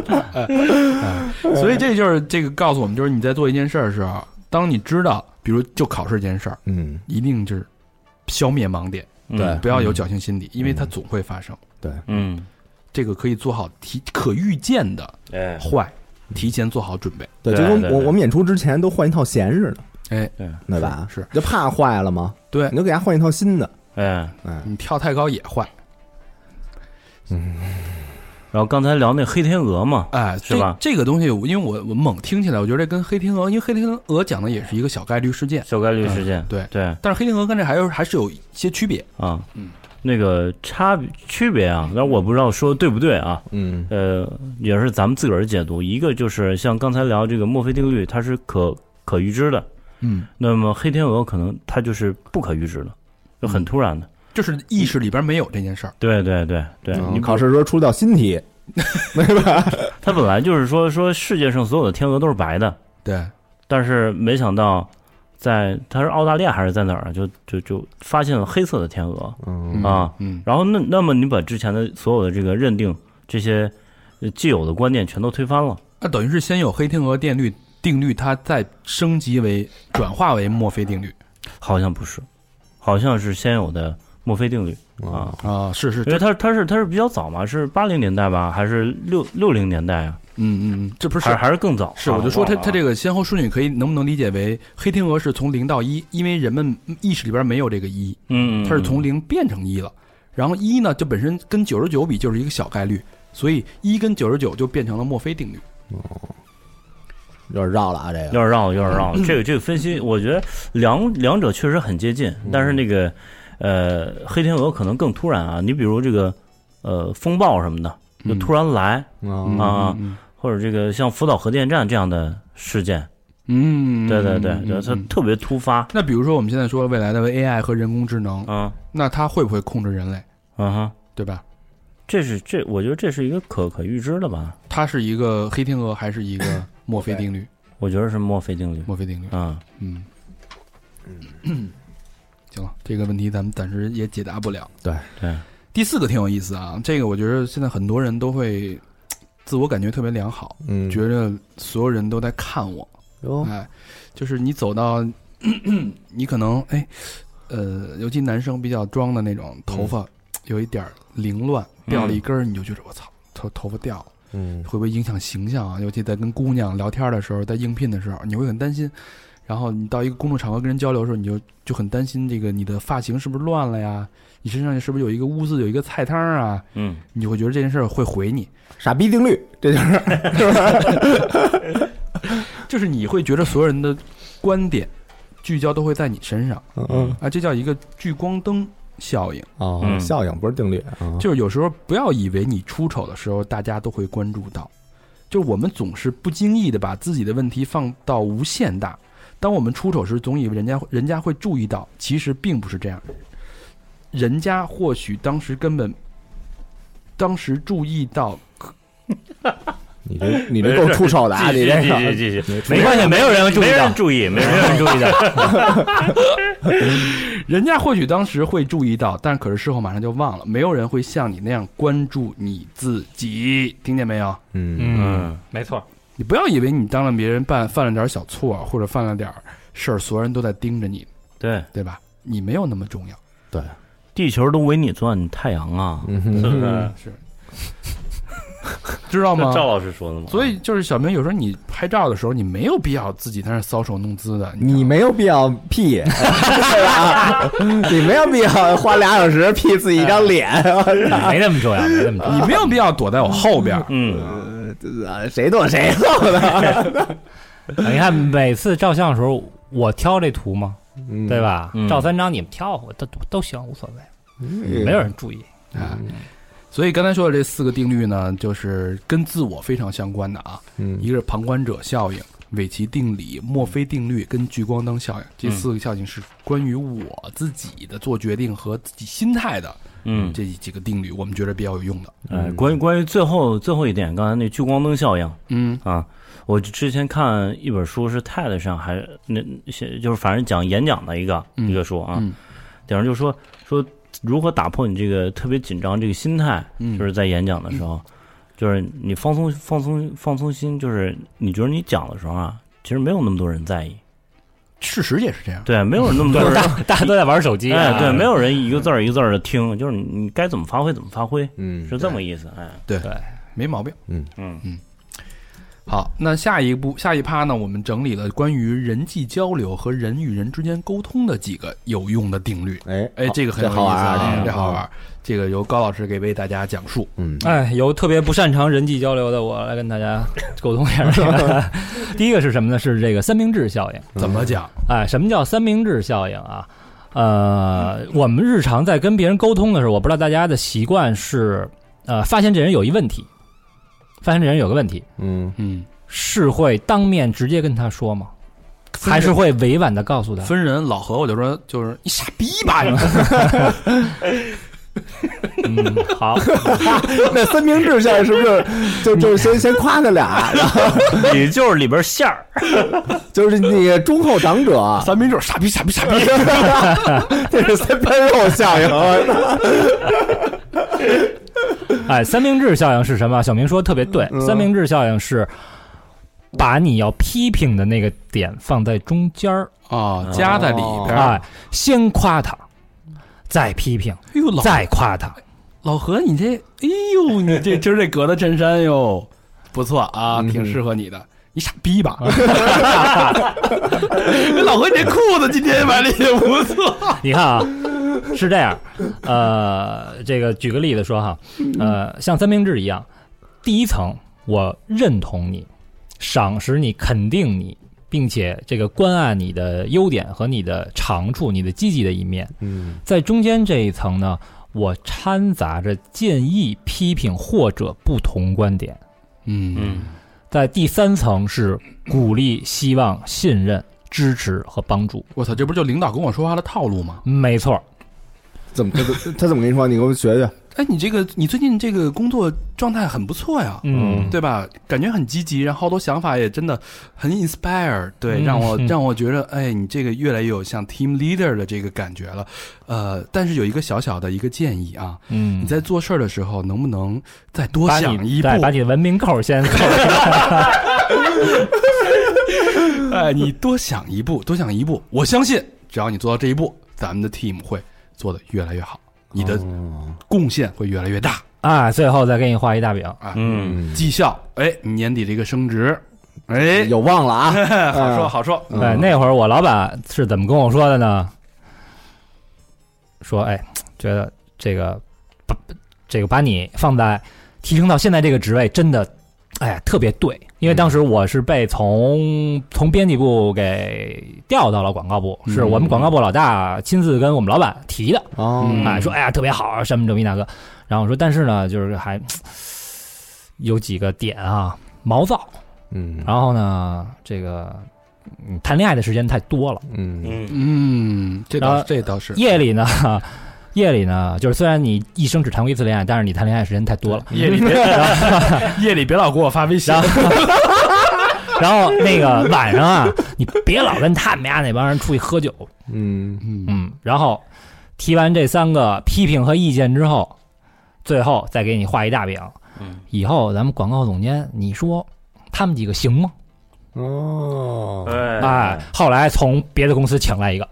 所以这就是这个告诉我们，就是你在做一件事儿的时候，当你知道，比如就考试这件事儿，一定就是消灭盲点， 对， 不要有侥幸心理，因为它总会发生。 对， 这个可以做好可预见的坏，提前做好准备。 对，就跟我们演出之前都换一套弦似的，对吧？ 是， 就怕坏了吗？ 对， 你就给他换一套新的。 你跳太高也坏。 然后刚才聊那黑天鹅嘛，是吧？ 这个东西，因为我猛听起来，我觉得跟黑天鹅，因为黑天鹅讲的也是一个小概率事件， 对。 但是黑天鹅跟这还是有一些区别啊。那个区别啊，但我不知道说对不对啊。也是咱们自个儿解读。一个就是像刚才聊这个墨菲定律，它是可预知的。那么黑天鹅可能它就是不可预知的。就很突然的， 就是意识里边没有这件事儿。 对， 你考试的时候出道新题，对吧？ 他本来就是说世界上所有的天鹅都是白的， 对， 但是没想到他是澳大利亚还是在哪儿啊？就发现了黑色的天鹅，然后那么你把之前的所有的这个认定这些既有的观念全都推翻了， 那等于是先有黑天鹅定律，它再升级为转化为墨菲定律， 好像不是。好像是先有的墨菲定律是， 因为它是比较早嘛，是80年代吧，还是60年代啊？ 这不是还是更早？ 是，我就说它这个先后顺序能不能理解为黑天鹅是从0到1，因为人们意识里边没有这个1，它是从0变成1了，然后1呢就本身跟99比就是一个小概率，所以1跟99就变成了墨菲定律。 有点绕了啊，这个有点绕了。这个分析，我觉得两者确实很接近，但是那个黑天鹅可能更突然啊。你比如这个风暴什么的，就突然来或者这个像福岛核电站这样的事件对，它特别突发。 那比如说我们现在说未来的 AI 和人工智能，那它会不会控制人类？对吧？ 我觉得这是一个可预知的吧？ 它是一个黑天鹅还是一个墨菲定律？ 我觉得是墨菲定律。 行了，这个问题咱们暂时也解答不了。 对。 第4个挺有意思啊，这个我觉得现在很多人都会自我感觉特别良好，觉得所有人都在看我。就是你走到，你可能尤其男生比较装的那种，头发有一点凌乱，掉了一根，你就觉得我操，头发掉了，会不会影响形象啊？尤其在跟姑娘聊天的时候，在应聘的时候，你会很担心。然后你到一个公众场合跟人交流的时候，你就很担心这个你的发型是不是乱了呀？你身上是不是有一个污渍，有一个菜汤啊？你就会觉得这件事会回你。 傻逼定律，这就是吧？ 就是你会觉得所有人的观点聚焦都会在你身上，这叫一个聚光灯效应。 效应不是定律。 就是有时候不要以为你出丑的时候大家都会关注到，就是我们总是不经意的把自己的问题放到无限大。当我们出丑时，总以为人家会注意到，其实并不是这样。人家或许当时注意到。 你这够出手的啊！你这继续，没关系，没有人注意，没有人注意的。 人家或许当时会注意到，但可是事后马上就忘了。没有人会像你那样关注你自己，听见没有？ 没错。 你不要以为你当了别人犯了点小错，或者犯了点事儿，所有人都在盯着你，对吧？你没有那么重要。 对， 地球都围你转，你太阳啊，是不是？ 是。知道吗？ 赵老师说的吗？ 所以就是小明，有时候你拍照的时候，你没有必要自己在那骚手弄姿的， 你没有必要 P， 对吧？你没有必要花2小时 P 自己一张脸， 没那么重要， 你没有必要躲在我后边， 谁躲谁后的。 你看每次照相的时候，我挑这图嘛，对吧？照3张你们挑，我都行，无所谓，没有人注意啊。所以刚才说的这4个定律呢，就是跟自我非常相关的啊。一个是旁观者效应、韦奇定理、墨菲定律跟聚光灯效应。这4个效应是关于我自己的做决定和自己心态的。这几个定律我们觉得比较有用的。 关于最后一点，刚才那聚光灯效应，我之前看一本书是 TED 上还就是反正讲演讲的一个书啊，顶上就说如何打破你这个特别紧张这个心态，就是在演讲的时候，就是你放松心，就是你觉得你讲的时候啊，其实没有那么多人在意， 事实也是这样， 对，没有人那么多人， 大家都在玩手机， 对，没有人一个字儿一个字儿的听，就是你该怎么发挥怎么发挥，是这么意思， 对，没毛病，好，那下一趴呢，我们整理了关于人际交流和人与人之间沟通的几个有用的定律。这个很有意思啊，这好玩。这个由高老师为大家讲述。 由特别不擅长人际交流的我来跟大家沟通一下。第一个是什么呢？是这个三明治效应。 怎么讲？ 什么叫三明治效应啊？我们日常在跟别人沟通的时候，我不知道大家的习惯是发现这人有一问题。发现这人有个问题，是会当面直接跟他说吗？还是会委婉的告诉他？ 分人，老何我就说就是你傻逼吧你。 好， 那三明治效应是不是就先夸他俩，然后你就是里边馅儿， 就是那个忠厚长者， 三明治傻逼， 这是三分肉效应。 三明治效应是什么？小明说特别对，三明治效应是把你要批评的那个点放在中间加在里边， 先夸他，再批评，再夸他。 老何，你这，你这今儿这格子衬衫哟，不错啊，挺适合你的。你傻逼吧？老何，你这裤子今天买的也不错。 你看啊。是这样，这个举个例子说哈，像三明治一样，第一层我认同你，赏识你，肯定你，并且这个关爱你的优点和你的长处，你的积极的一面。在中间这一层呢，我掺杂着建议、批评或者不同观点。 在第3层是鼓励、希望、信任、支持和帮助。 我操，这不就领导跟我说话的套路吗？ 没错。 怎么他怎么跟你说？你给我学学。 哎，你最近这个工作状态很不错呀，对吧？感觉很积极，然后好多想法也真的很 inspire， 对，让我觉得，哎，你这个越来越有像 team leader 的这个感觉了。但是有一个小小的一个建议啊，你在做事的时候能不能再多想一步， 把你的文明扣先扣上。 哎，你多想一步，我相信只要你做到这一步，咱们的 team 会做得越来越好。你的贡献会越来越大啊！最后再给你画一大饼啊，绩效，哎，年底这个升职，哎， 有望了啊！好说。 对，那会儿我老板是怎么跟我说的呢？说，哎，觉得这个把你放在提升到现在这个职位，真的，哎呀，特别对。因为当时我是被从编辑部给调到了广告部，是我们广告部老大亲自跟我们老板提的，说哎呀特别好，什么这么一那个，然后我说但是呢，就是还有几个点啊毛躁，然后呢这个谈恋爱的时间太多了， 这倒是夜里呢，就是虽然你一生只谈过一次恋爱，但是你谈恋爱时间太多了。 夜里别老给我发微信。 然后那个晚上啊，你别老跟他们家那帮人出去喝酒。然后提完这3个批评和意见之后，最后再给你画一大饼。以后咱们广告总监，你说他们几个行吗？哎，后来从别的公司请来一个。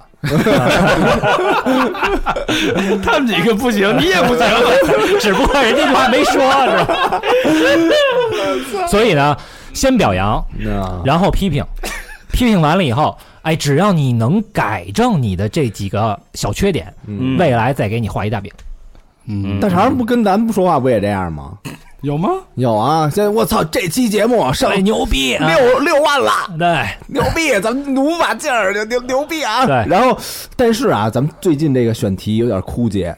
他们几个不行，你也不行， 只不过人这句话没说，是吧？所以呢，先表扬，然后批评，批评完了以后，哎，只要你能改正你的这几个小缺点，未来再给你画一大饼。 大肠不跟咱不说话不也这样吗？ 有吗？ 有啊！现在我操，这期节目上牛逼 ，6万了，对，牛逼！咱们努把劲儿，牛逼啊！ 对， 然后，但是啊，咱们最近这个选题有点枯竭，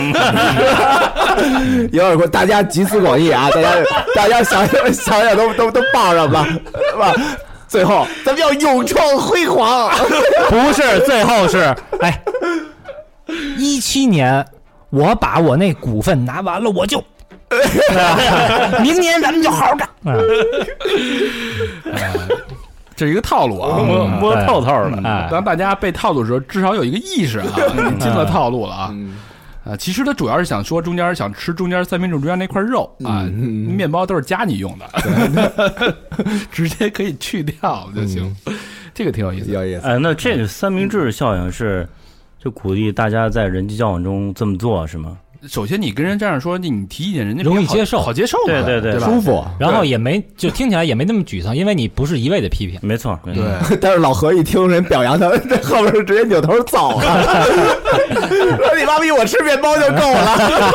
有点大家集思广益啊，大家想想都报上吧，是吧？最后咱们要勇创辉煌， 不是最后是哎，17年我把我那股份拿完了，我就。明年咱们就好好干。 这是一个套路啊， 摸透透的。 当大家被套路的时候，至少有一个意识啊，进了套路了啊。其实他主要是想说想吃中间三明治中间那块肉啊，面包都是加你用的，直接可以去掉就行。这个挺有意思， 哎，那这个三明治效应是就鼓励大家在人际交往中这么做是吗？ 首先，你跟人这样说，你提意见，人家容易接受， 好接受嘛， 对， 舒服。 然后也没就听起来也没那么沮丧，因为你不是一味的批评。 没错， 对。但是老何一听人表扬他，这后边直接扭头走了，说你妈逼我吃面包就够了，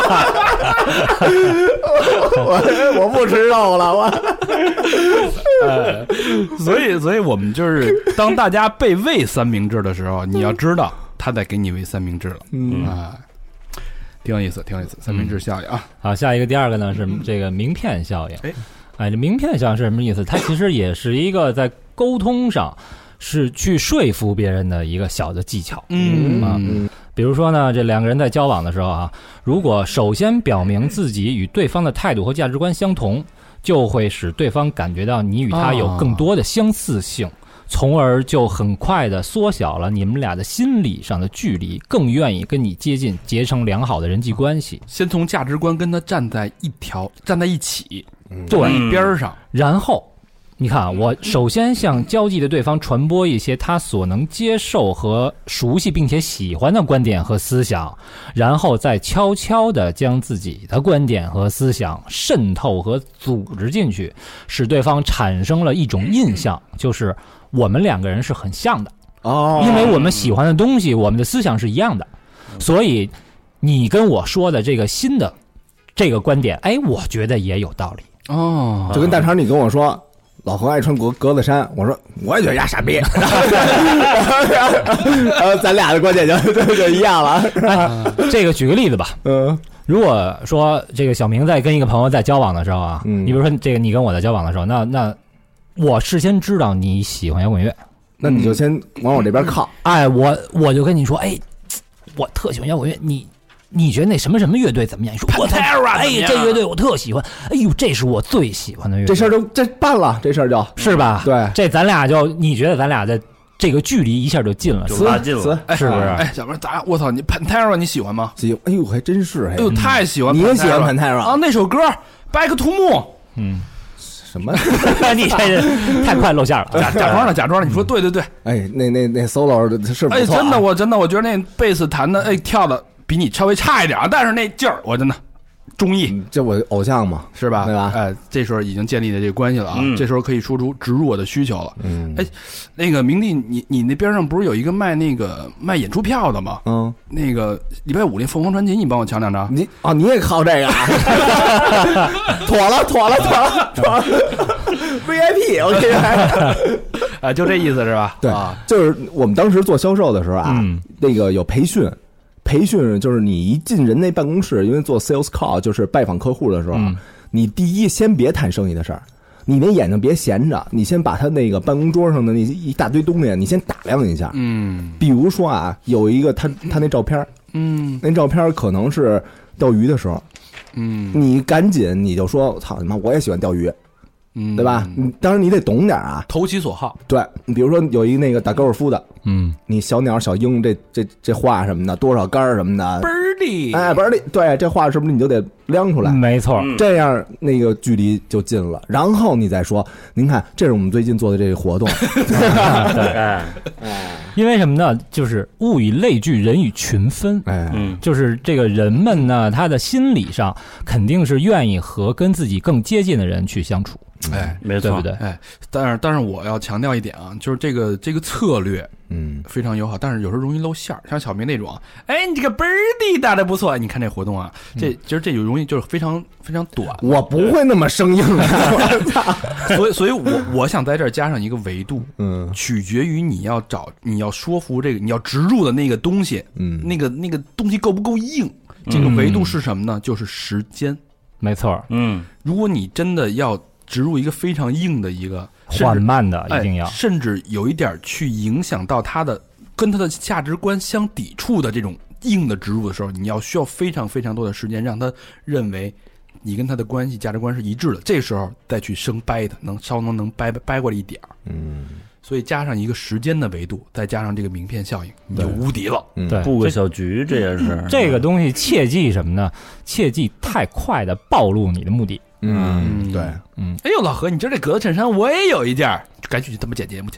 我不吃肉了， 所以我们就是当大家被喂三明治的时候，你要知道他在给你喂三明治了，挺有意思，三明治效应啊！ 好，下一个第二个呢是这个名片效应。哎，这名片效应是什么意思？它其实也是一个在沟通上是去说服别人的一个小的技巧。比如说呢，这2个人在交往的时候啊，如果首先表明自己与对方的态度和价值观相同，就会使对方感觉到你与他有更多的相似性。从而就很快的缩小了你们俩的心理上的距离，更愿意跟你接近，结成良好的人际关系。 先从价值观跟他站在一起， 对， 一边上。 然后你看，我首先向交际的对方传播一些他所能接受和熟悉并且喜欢的观点和思想，然后再悄悄地将自己的观点和思想渗透和组织进去，使对方产生了一种印象，就是我们2个人是很像的因为我们喜欢的东西，我们的思想是一样的，所以你跟我说的这个新的这个观点，哎，我觉得也有道理就跟大肠你跟我说老何爱穿格子衫，我说我也觉得丫傻逼，然后咱俩的观点就一样了。 这个举个例子吧，如果说这个小明在跟一个朋友在交往的时候啊，你比如说这个你跟我在交往的时候，那我事先知道你喜欢摇滚乐， 那你就先往我这边靠。 哎，我就跟你说，哎，我特喜欢摇滚乐，你觉得那什么什么乐队怎么样？你说我哎，这乐队我特喜欢，哎呦，这是我最喜欢的乐队。 这事儿就这办了，这事儿就是吧？ 对， 这咱俩就你觉得咱俩的这个距离一下就近了， 就拉近了， 是不是？ 哎，小明，我操，你 Pantera 你喜欢吗？ 喜欢，哎呦，还真是， 哎呦，太喜欢， 你也喜欢 Pantera 啊？那首歌 Back to Moon， 什么？ 你这太快露馅了， 假装的，你说对， 哎，那 solo 是不错， 哎，真的，我觉得那贝斯弹的，哎，跳的比你稍微差一点，但是那劲儿，我真的中意。 这我偶像嘛， 是吧？ 对吧？ 哎，这时候已经建立了这个关系了啊，这时候可以说出植入我的需求了。哎，那个明帝，你那边上不是有一个卖演出票的吗？那个礼拜5那凤凰传奇，你帮我抢2张。 你也靠这个啊？妥了 ，VIP， 我给你。 啊，就这意思是吧？ 对，就是我们当时做销售的时候啊，那个有培训就是你一进人那办公室，因为做 sales call 就是拜访客户的时候，你第一先别谈生意的事儿，你那眼睛别闲着，你先把他那个办公桌上的那一大堆东西，你先打量一下。比如说啊，有一个他那照片，那照片可能是钓鱼的时候，你赶紧你就说，操你妈，我也喜欢钓鱼。对吧？当然你得懂点啊， 投其所好。 对，你比如说有一那个打高尔夫的，你小鸟、小鹰这画什么的，多少杆什么的 ，birdie， 哎 ，birdie， 对，这画是不是你就得量出来？ 没错， 这样那个距离就近了。然后你再说，您看，这是我们最近做的这个活动， 对，因为什么呢？就是物以类聚，人以群分。就是这个人们呢，他的心理上肯定是愿意和跟自己更接近的人去相处。 哎， 没错， 对不对？ 哎，但是我要强调一点啊，就是这个策略，非常友好，但是有时候容易露馅儿。像小明那种，哎，你这个 birdie 打得不错，你看这活动啊，其实这就容易就是非常非常短。 我不会那么生硬的，所以我想在这儿加上一个维度，取决于你要说服这个你要植入的那个东西，那个东西够不够硬？这个维度是什么呢？就是时间。 没错， 如果你真的要植入一个非常硬的一个缓慢的，一定要， 甚至有一点去影响到跟他的价值观相抵触的这种硬的植入的时候，你需要非常非常多的时间，让他认为你跟他的关系价值观是一致的，这时候再去掰他，稍能掰过来一点儿。所以加上一个时间的维度，再加上这个名片效应，你就无敌了。 对， 布个小局，这也是这个东西。切记什么呢？切记太快的暴露你的目的。 对， 哎呦，老何，你今儿这格子衬衫我也有一件，赶紧去他妈剪节目去。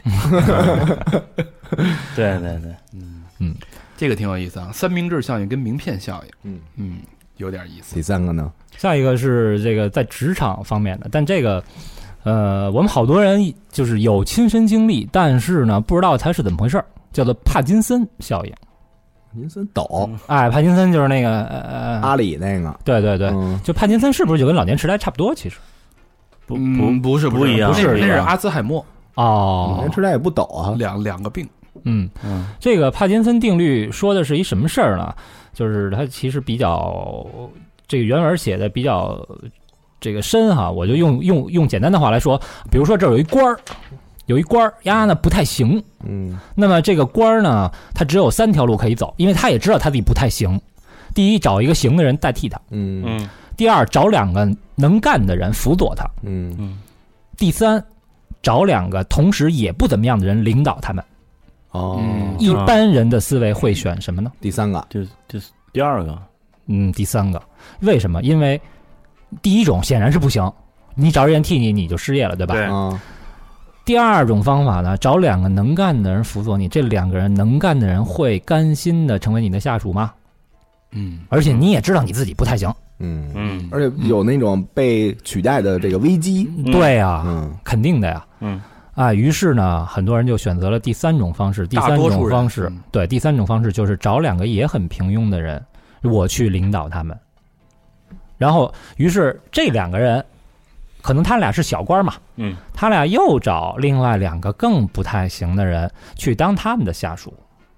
对， 这个挺有意思啊，三明治效应跟名片效应，有点意思。 第3个呢？ 下一个是这个在职场方面的，但这个。我们好多人就是有亲身经历，但是呢，不知道它是怎么回事，叫做帕金森效应。 帕金森抖， 哎，帕金森就是那个阿里那个， 对，就帕金森是不是就跟老年痴呆差不多？其实不是不一样， 那是阿兹海默哦，老年痴呆也不抖啊， 两个病。 这个帕金森定律说的是一什么事儿呢？就是它其实比较这个原文写的比较。这个深哈，我就用简单的话来说，比如说这儿有一官儿呀，那不太行。那么这个官儿呢，他只有3条路可以走，因为他也知道他自己不太行。第一，找一个行的人代替他。第二，找2个能干的人辅佐他。第3，找2个同时也不怎么样的人领导他们。一般人的思维会选什么呢？ 第3个， 就第2个。 第3个，为什么？因为第一种显然是不行，你找人替你就失业了，对吧？ 对。 第2种方法呢，找2个能干的人辅佐你，这2个人能干的人会甘心的成为你的下属吗？而且你也知道你自己不太行。 而且有那种被取代的这个危机。 对呀，肯定的呀。于是呢，很多人就选择了第3种方式。第3种方式，对，第3种方式就是找2个也很平庸的人，我去领导他们。然后，于是这2个人，可能他俩是小官嘛，他俩又找另外2个更不太行的人去当他们的下属，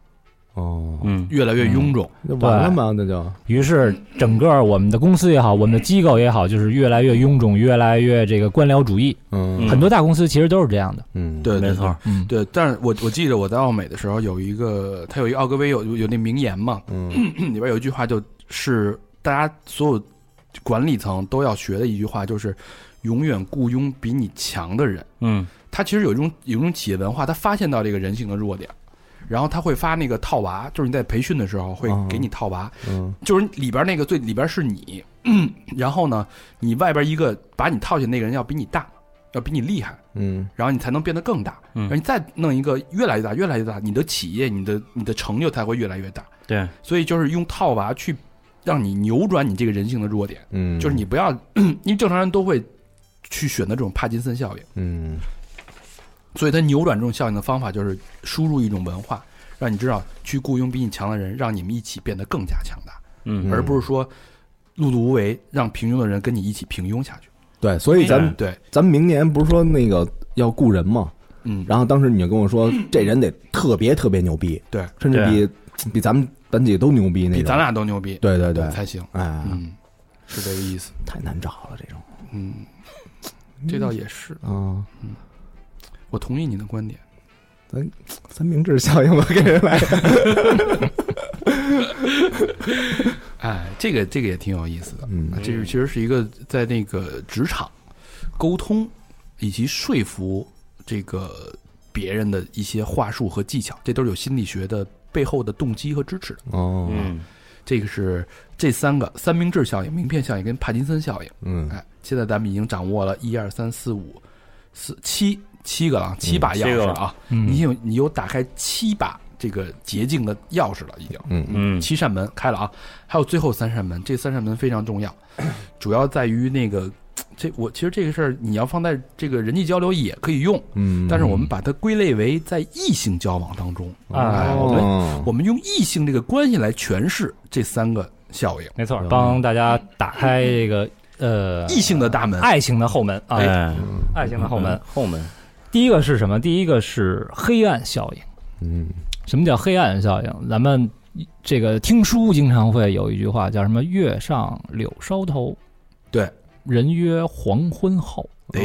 越来越臃肿， 那完了吗？那就于是整个我们的公司也好，我们的机构也好，就是越来越臃肿，越来越这个官僚主义。很多大公司其实都是这样的。 对， 没错。 对，但是我记得我在奥美的时候有一个奥格威有那名言嘛，里边有一句话就是大家所有管理层都要学的一句话，就是永远雇佣比你强的人。他其实有一种企业文化，他发现到这个人性的弱点。然后他会发那个套娃，就是你在培训的时候会给你套娃，就是里边那个最里边是你，然后呢，你外边一个把你套进那个人要比你大，要比你厉害，然后你才能变得更大，然后你再弄一个越来越大，越来越大，你的企业、你的成就才会越来越大。 对， 所以就是用套娃去让你扭转你这个人性的弱点，就是你不要，因为正常人都会去选择这种帕金森效应，所以他扭转这种效应的方法就是输入一种文化，让你知道去雇佣比你强的人，让你们一起变得更加强大，而不是说碌碌无为，让平庸的人跟你一起平庸下去。 对，所以咱们明年不是说那个要雇人吗？然后当时你就跟我说，这人得特别特别牛逼， 对， 甚至比咱几个都牛逼那种， 比咱俩都牛逼， 对对对才行。是这个意思。 太难找了这种， 这倒也是我同意你的观点。 三明治效应吧，给人来的。 哎，这个也挺有意思的。这其实是一个在那个职场沟通以及说服这个别人的一些话术和技巧，这都是有心理学的背后的动机和支持的。这个是这三个三明治效应、名片效应跟帕金森效应。现在咱们已经掌握了1、2、3、4、5、4、7个了，7把钥匙了啊！你有打开7把这个捷径的钥匙了，已经。7扇门开了啊！还有最后3扇门，这3扇门非常重要，主要在于那个其实这个事儿你要放在这个人际交流也可以用，但是我们把它归类为在异性交往当中我们用异性这个关系来诠释这3个效应。 没错，帮大家打开这个异性的大门， 爱情的后门啊，爱情的后门。第一个是什么？第一个是黑暗效应。什么叫黑暗效应？咱们这个听书经常会有一句话叫什么？月上柳梢头， 对， 人约黄昏后。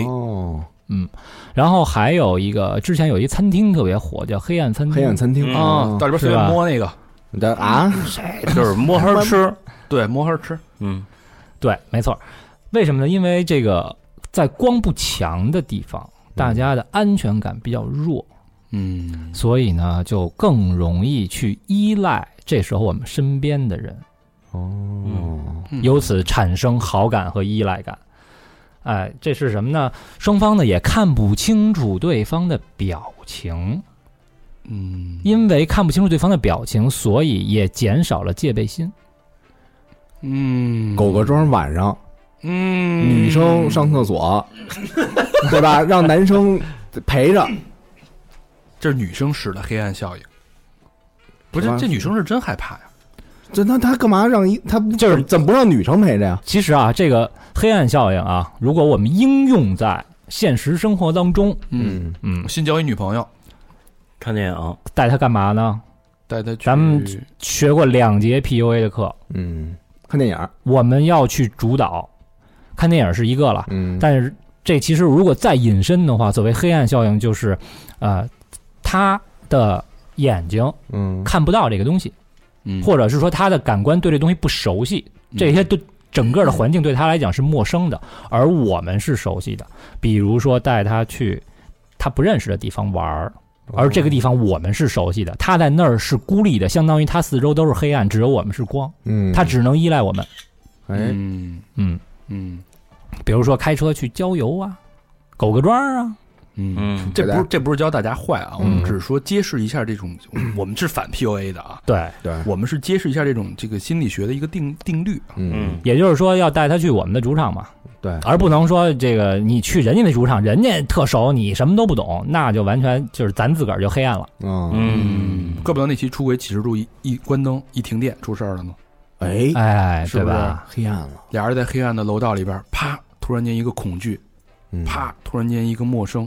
然后还有一个，之前有一餐厅特别火，叫黑暗餐厅。 黑暗餐厅啊，到里边随便摸那个谁就是摸黑吃， 对，摸黑吃。 对，没错。为什么呢？因为这个在光不强的地方，大家的安全感比较弱，所以呢就更容易去依赖这时候我们身边的人，由此产生好感和依赖感。哎，这是什么呢？双方呢也看不清楚对方的表情，因为看不清楚对方的表情，所以也减少了戒备心。 狗个庄晚上，女生上厕所，对吧？让男生陪着， 这是女生使的黑暗效应。不是，这女生是真害怕呀。 他干嘛让他就是怎么不让女生陪着呀？ 其实啊，这个黑暗效应啊，如果我们应用在现实生活当中， 新交一女朋友， 看电影， 带她干嘛呢？ 带她去。 咱们学过2节 PUA 的课， 看电影， 我们要去主导。看电影是一个了，但是这其实如果再引申的话，所谓黑暗效应就是，他的眼睛看不到这个东西，或者是说他的感官对这东西不熟悉，这些对整个的环境对他来讲是陌生的，而我们是熟悉的。比如说带他去他不认识的地方玩，而这个地方我们是熟悉的，他在那儿是孤立的，相当于他四周都是黑暗，只有我们是光，他只能依赖我们。比如说开车去郊游啊，狗个庄啊， 这不是教大家坏啊，我们只是说揭示一下这种，我们是反 PUA 的啊， 对， 我们是揭示一下这个心理学的一个定律， 也就是说要带他去我们的主场嘛， 对， 而不能说这个你去人家的主场，人家特熟，你什么都不懂，那就完全就是咱自个儿就黑暗了， 怪不得那期出轨启示录一关灯一停电出事儿了呢。 是不是黑暗了？ 俩人在黑暗的楼道里边，啪，突然间一个恐惧，啪，突然间一个陌生，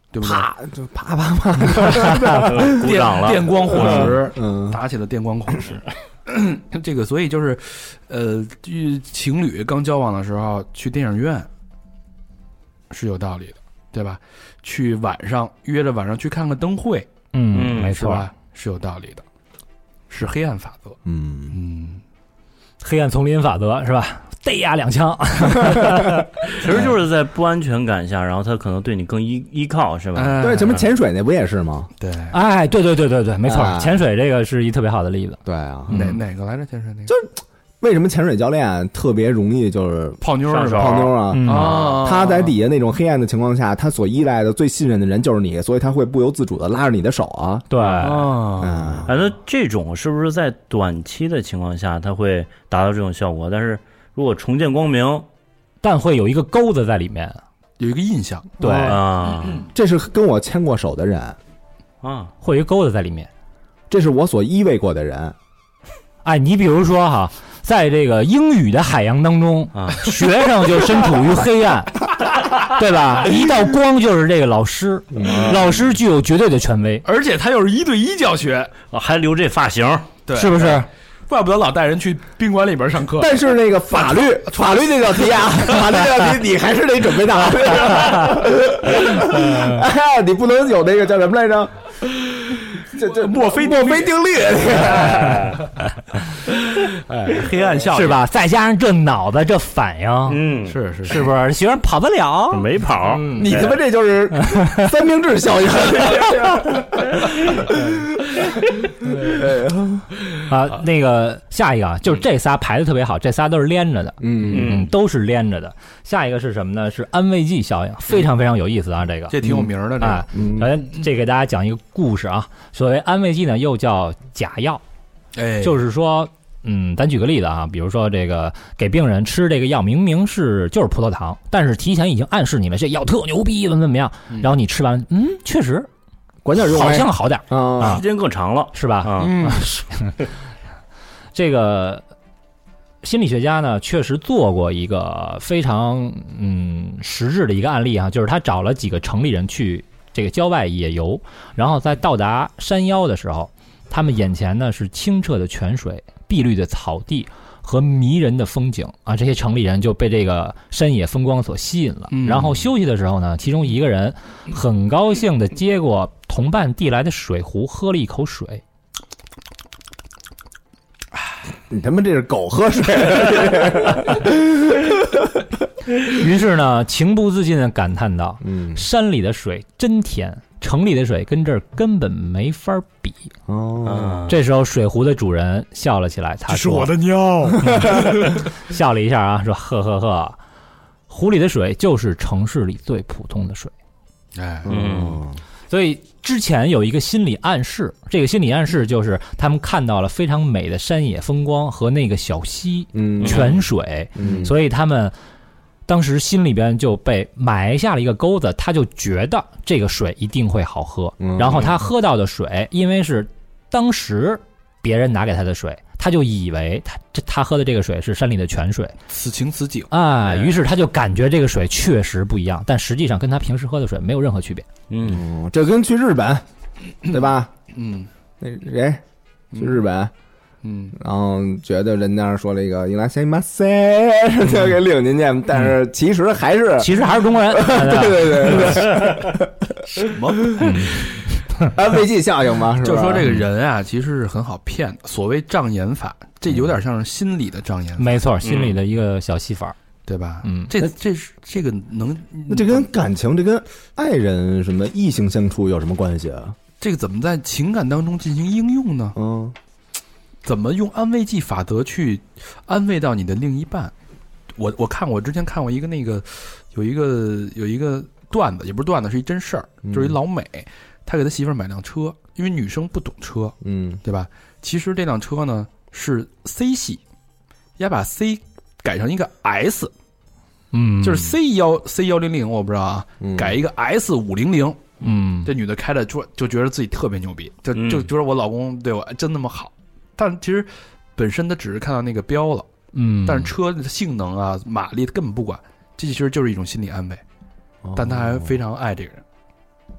对不对？ 啪就啪啪啪， 鼓掌了， 电光火石，打起了电光火石。这个，所以就是，情侣刚交往的时候去电影院是有道理的，对吧？去晚上约着晚上去看看灯会， 没错， 是有道理的，是黑暗法则， 黑暗丛林法则是吧？逮呀2枪， 其实就是在不安全感下，然后他可能对你更依靠，是吧？ 对，什么潜水那不也是吗？ 对， 哎，对，没错，潜水这个是一特别好的例子。 对啊， 哪个来着？潜水那个就是为什么潜水教练特别容易就是泡妞上手泡妞啊？他在底下那种黑暗的情况下，他所依赖的最信任的人就是你，所以他会不由自主的拉着你的手啊。 对反正这种是不是在短期的情况下，他会达到这种效果？但是如果重见光明， 但会有一个钩子在里面， 有一个印象。 对这是跟我牵过手的人啊， 会有一个钩子在里面， 这是我所依偎过的人。 哎，你比如说哈，在这个英语的海洋当中学生就身处于黑暗，对吧？一道光就是这个老师，老师具有绝对的权威， 而且他又是1对1教学， 还留这发型， 对， 是不是？ 怪不得老带人去宾馆里边上课。 但是那个法律这道题啊，法律这道题你还是得准备答。哎，你不能有那个叫什么来着？这墨菲定律。 哎，黑暗效应是吧？再加上这脑子这反应， 是不是？学生跑得了？ 没跑， 你他妈这就是三明治效应。 啊，那个下一个啊，就是这仨排的特别好，这仨都是连着的，都是连着的。下一个是什么呢？是安慰剂效应，非常非常有意思啊，这挺有名的。 啊，首先这给大家讲一个故事啊。所谓安慰剂呢，又叫假药，就是说，咱举个例子啊，比如说这个给病人吃这个药，明明就是葡萄糖，但是提前已经暗示你们这药特牛逼，怎么样，然后你吃完，确实。 关键用好像好点啊，时间更长了， 是吧？这个心理学家呢，确实做过一个非常实质的一个案例啊，就是他找了几个城里人去这个郊外野游，然后在到达山腰的时候，他们眼前呢是清澈的泉水、碧绿的草地和迷人的风景啊，这些城里人就被这个山野风光所吸引了。然后休息的时候呢，其中一个人很高兴地接过同伴递来的水壶，喝了一口水。 你他妈这是狗喝水！ 于是呢，情不自禁地感叹道：“山里的水真甜，城里的水跟这儿根本没法比。”这时候水壶的主人笑了起来，他说：“这是我的尿。”笑了一下啊，说：“呵呵呵，湖里的水就是城市里最普通的水。”所以之前有一个心理暗示，这个心理暗示就是他们看到了非常美的山野风光和那个小溪、泉水，所以他们当时心里边就被埋下了一个钩子，他就觉得这个水一定会好喝，然后他喝到的水，因为是当时别人拿给他的水，他就以为他喝的这个水是山里的泉水， 此情此景啊，于是他就感觉这个水确实不一样，但实际上跟他平时喝的水没有任何区别。 这跟去日本，对吧？那谁去日本？然后觉得人家说了一个“应来西马塞”，就给领进去，但是其实还是中国人。 对， 什么？ 安慰剂效应吗？ 就说这个人啊，其实是很好骗的。所谓障眼法，这有点像是心理的障眼法。 没错，心理的一个小戏法， 对吧？这个能， 那这跟感情，这跟爱人什么异性相处有什么关系啊？ 这个怎么在情感当中进行应用呢？怎么用安慰剂法则去安慰到你的另一半？我之前看过一个那个有一个段子，也不是段子，是一真事儿，就是一老美。他给他媳妇儿买辆车，因为女生不懂车，对吧？其实这辆车呢是 C 系，要把 C 改成一个 S，就是 C100，我不知道啊，改一个 S500，这女的开的就觉得自己特别牛逼，就觉得我老公对我真那么好，但其实本身他只是看到那个标了，但是车的性能啊、马力根本不管，这其实就是一种心理安慰，但他还非常爱这个人。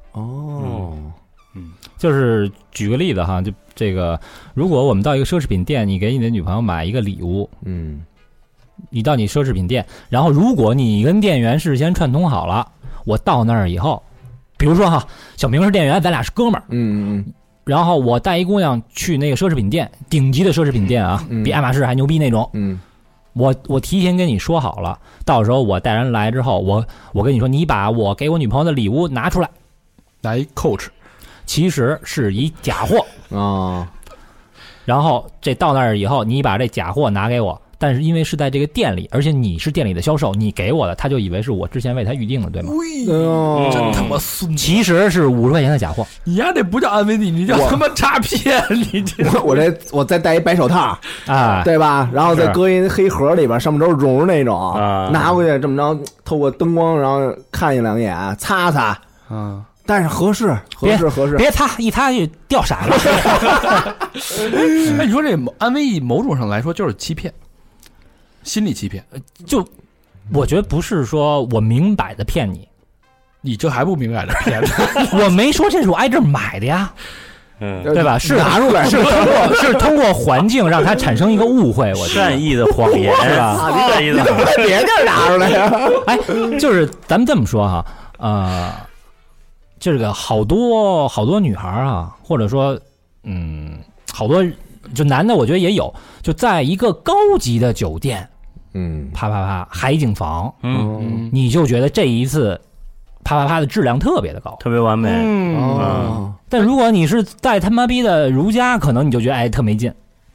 哦， 就是举个例子哈，就这个，如果我们到一个奢侈品店，你给你的女朋友买一个礼物，你到你奢侈品店，然后如果你跟店员事先串通好了，我到那儿以后，比如说哈，小明是店员，咱俩是哥们儿，然后我带一姑娘去那个奢侈品店，顶级的奢侈品店啊，比爱马仕还牛逼那种，我提前跟你说好了，到时候我带人来之后，我跟你说，你把我给我女朋友的礼物拿出来， 拿一 Coach， 其实是一假货啊， 然后这到那儿以后，你把这假货拿给我。但是因为是在这个店里，而且你是店里的销售，你给我的，他就以为是我之前为他预定的，对吗？ 真他妈孙！ 其实是50块钱的假货。 你丫这不叫安慰剂，你叫他妈诈骗！你这我再戴一白手套啊， 对吧？然后再搁一黑盒里边，上面都是绒那种，拿回去这么着，透过灯光，然后看一两眼，擦擦，但是合适， 别擦，一擦就掉色了。 哎，你说这安慰剂某种上来说就是欺骗。心理欺骗， 就我觉得不是说我明摆的骗你， 你这还不明摆的骗我没说这是我挨这儿买的呀，对吧？是拿出来， 是通过环境让它产生一个误会，我善意的谎言是吧？ 善意的， 别地儿拿出来呀！ 哎，就是咱们这么说哈，这个好多女孩啊，或者说好多就男的，我觉得也有，就在一个高级的酒店。啪海景房，你就觉得这一次啪的质量特别的高， 特别完美， 但如果你是在他妈逼的如家，可能你就觉得特没劲，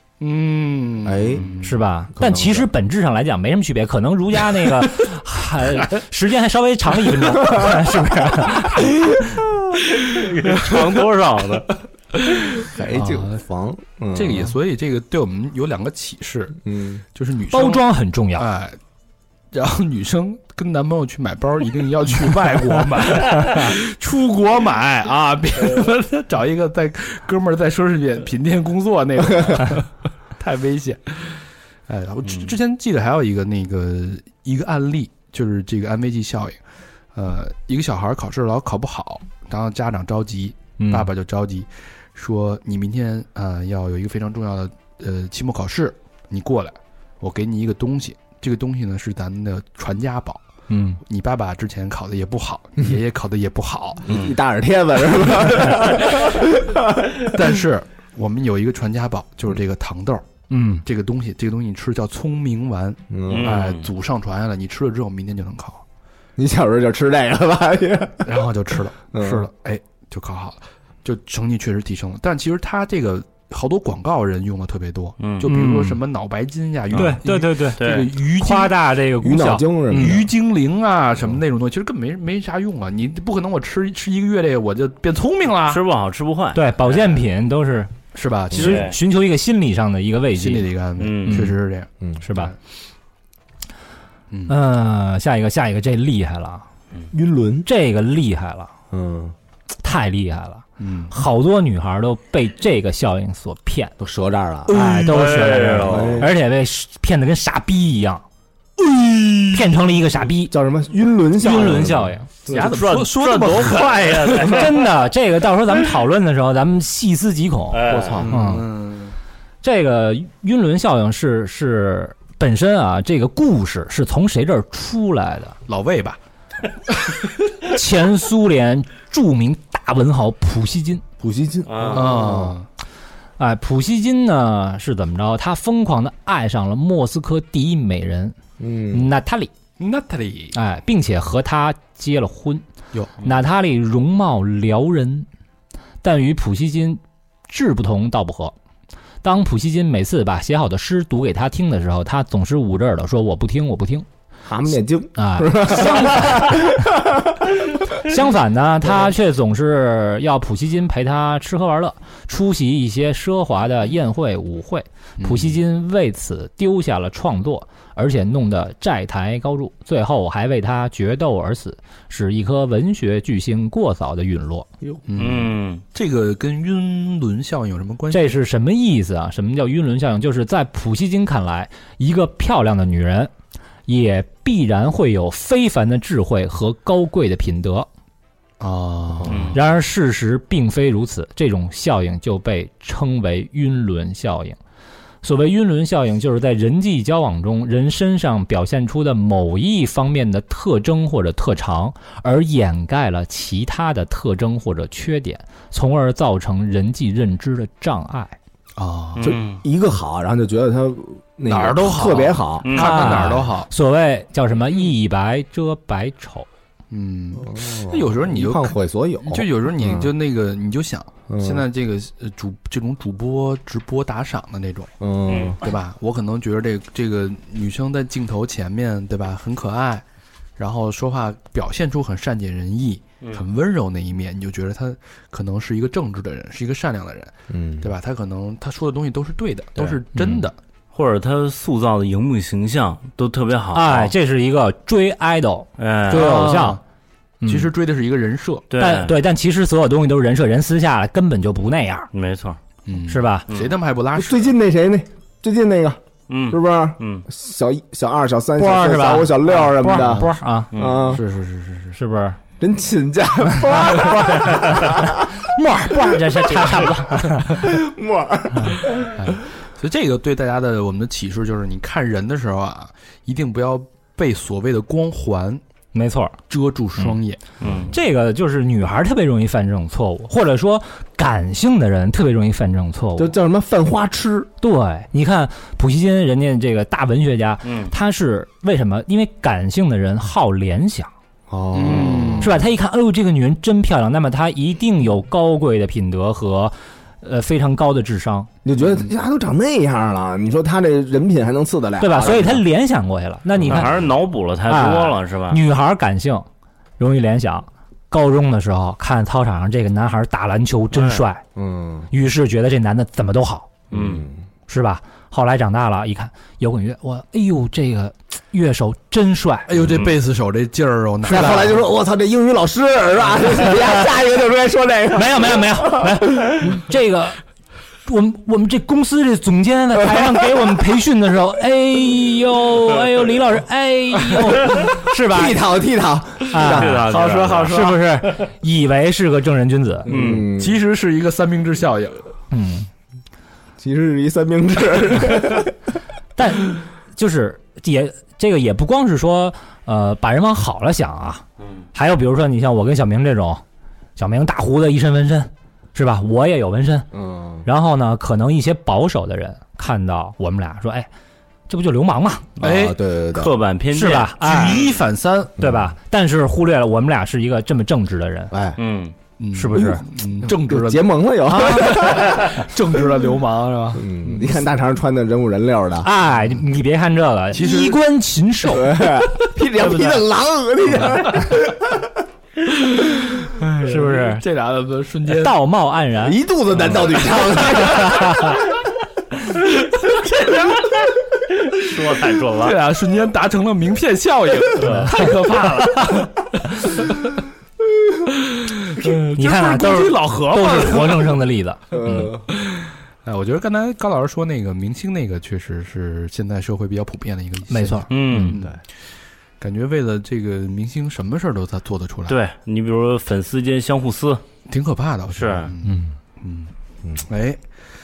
是吧？但其实本质上来讲没什么区别，可能如家那个时间还稍微长了1分钟，是不是？长多少呢？ 海景房， 这个也，所以这个对我们有2个启示，就是女生包装很重要， 然后女生跟男朋友去买包，一定要去外国买，出国买啊，别找一个哥们儿在奢侈品店工作那种，太危险。哎，我之前记得还有一个一个案例，就是这个安慰剂效应，一个小孩考试老考不好，然后家长着急，爸爸就着急。说你明天要有一个非常重要的期末考试，你过来，我给你一个东西，这个东西呢是咱们的传家宝。你爸爸之前考的也不好，你爷爷考的也不好， 一大耳贴子是吧？ 但是我们有一个传家宝，就是这个糖豆。这个东西你吃叫聪明丸，祖上传下来，你吃了之后明天就能考。 你小时候就吃这个吧？ 然后就吃了，哎，就考好了。就成绩确实提升了，但其实他这个好多广告人用的特别多，就比如说什么脑白金呀， 对，这个鱼夸大这个鱼脑精什么鱼精灵啊什么那种东西，其实根本没啥用啊！你不可能我吃1个月这个我就变聪明了， 吃不好吃不坏。 对，保健品都是吧？ 其实寻求一个心理上的一个慰藉， 心理的一个安慰，确实是这样， 是吧？下一个这厉害了， 晕轮这个厉害了，太厉害了。好多女孩都被这个效应所骗， 都折这儿了， 都折在这儿了，而且被骗得跟傻逼一样，骗成了一个傻逼， 叫什么晕轮效应？ 说的多快呀！ 真的，这个到时候咱们讨论的时候，咱们细思极恐。 我操， 这个晕轮效应是本身啊，这个故事是从谁这儿出来的？ 老魏吧。 前苏联著名大文豪普希金啊， 普希金呢是怎么着？他疯狂的爱上了莫斯科第一美人娜塔莉，并且和她结了婚。娜塔莉容貌撩人，但与普希金志不同道不合。当普希金每次把写好的诗读给他听的时候，他总是捂着耳朵说我不听。 蛤蟆念经啊，相反呢，他却总是要普希金陪他吃喝玩乐，出席一些奢华的宴会舞会。普希金为此丢下了创作，而且弄得债台高筑，最后还为他决斗而死，使一颗文学巨星过早的陨落。 这个跟晕轮效应有什么关系？ 这是什么意思啊？什么叫晕轮效应？就是在普希金看来，一个漂亮的女人也必然会有非凡的智慧和高贵的品德然而事实并非如此，这种效应就被称为晕轮效应。所谓晕轮效应，就是在人际交往中，人身上表现出的某一方面的特征或者特长，而掩盖了其他的特征或者缺点，从而造成人际认知的障碍。 就一个好，然后就觉得他哪儿都好， 特别好， 看看哪儿都好。 所谓叫什么一白遮百丑。 那有时候你就看毁所有， 就有时候你就那个你就想，现在这个这种主播直播打赏的那种，对吧？我可能觉得这个女生在镜头前面，对吧，很可爱，然后说话表现出很善解人意、很温柔那一面，你就觉得她可能是一个正直的人，是一个善良的人，对吧？她可能她说的东西都是对的，都是真的。 或者他塑造的荧幕形象都特别好， 哎，这是一个追 idol，追偶像， 其实追的是一个人设， 但其实所有东西都是人设，人私下根本就不那样， 没错， 是吧？ 谁他妈还不拉屎？ 最近那谁呢？最近那个，是不是？小二、小三、小四、小五、小六什么的， 波啊， 是不是？ 人亲家， 波，这是差不多， 沫。 所以这个对大家的我们的启示就是，你看人的时候啊，一定不要被所谓的光环， 没错， 遮住双眼。 这个就是女孩特别容易犯这种错误，或者说感性的人特别容易犯这种错误， 就叫什么犯花痴。 对，你看普希金，人家这个大文学家，他是为什么？因为感性的人好联想。是吧？他一看，哎呦，这个女人真漂亮，那么她一定有高贵的品德和非常高的智商。 你就觉得她都长那样了，你说她这人品还能次得了， 对吧？所以他联想过去了。那你看， 还是脑补了太多了，是吧？ 女孩感性，容易联想。高中的时候看操场上这个男孩打篮球真帅，于是觉得这男的怎么都好，是吧？后来长大了，一看摇滚乐，我哎呦，这个乐手真帅， 哎呦，这贝斯手这劲儿哦， 再后来就说，我操，这英语老师是吧？下一个就该说这个， 没有，这个我们这公司这总监在台上给我们培训的时候，哎呦，李老师，哎呦，是吧？ 倜傥啊，好说，是不是？以为是个正人君子， 其实是一个三明治效应， 其实是一三明治， 但就是这个也不光是说把人往好了想啊，还有比如说你像我跟小明这种，小明大胡子一身纹身，是吧？我也有纹身，然后呢，可能一些保守的人看到我们俩说，哎，这不就流氓吗？ 哎， 对， 刻板偏见是吧？ 举一反三， 对吧？但是忽略了我们俩是一个这么正直的人， 哎， 是不是？ 正直的结盟了有， 正直的流氓是吧？ 你看大肠穿的人五人六的， 哎，你别看这个， 其实衣冠禽兽， 披着狼， 是不是？ 这俩的瞬间道貌岸然， 一肚子男盗女娼。 说太准了， 这俩瞬间达成了名片效应，太可怕了。 你看啊，都是老何， 都是活生生的例子。 哎，我觉得刚才高老师说那个明星那个，确实是现在社会比较普遍的一个， 没错。 对，感觉为了这个明星，什么事儿都他做得出来。 对，你比如粉丝间相互撕， 挺可怕的。 是， 哎，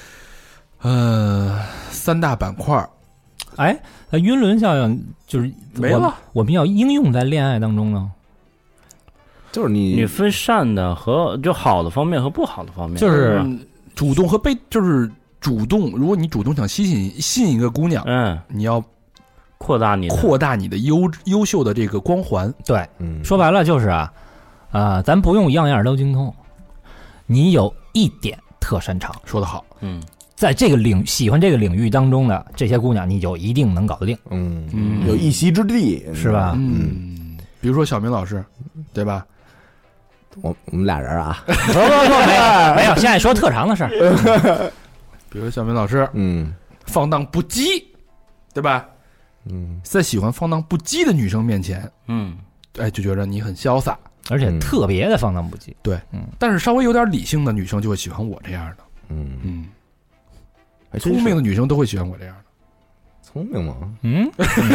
三大板块。 哎，晕轮效应就是没了， 我们要应用在恋爱当中呢。 就是你分善的和就好的方面和不好的方面， 就是主动和被，就是主动。如果你主动想吸引一个姑娘，你要扩大你的优秀的这个光环。 对，说白了就是咱不用样样都精通，你有一点特擅长， 说得好， 在这个喜欢这个领域当中的这些姑娘，你就一定能搞得定， 有一席之地， 是吧？ 比如说小明老师，对吧？ 我们俩人啊， 不，没有，现在说特长的事儿。 比如小明老师，放荡不羁，对吧？在喜欢放荡不羁的女生面前，哎，就觉得你很潇洒， 而且特别的放荡不羁。 对，但是稍微有点理性的女生就会喜欢我这样的，聪明的女生都会喜欢我这样的。 聪明吗？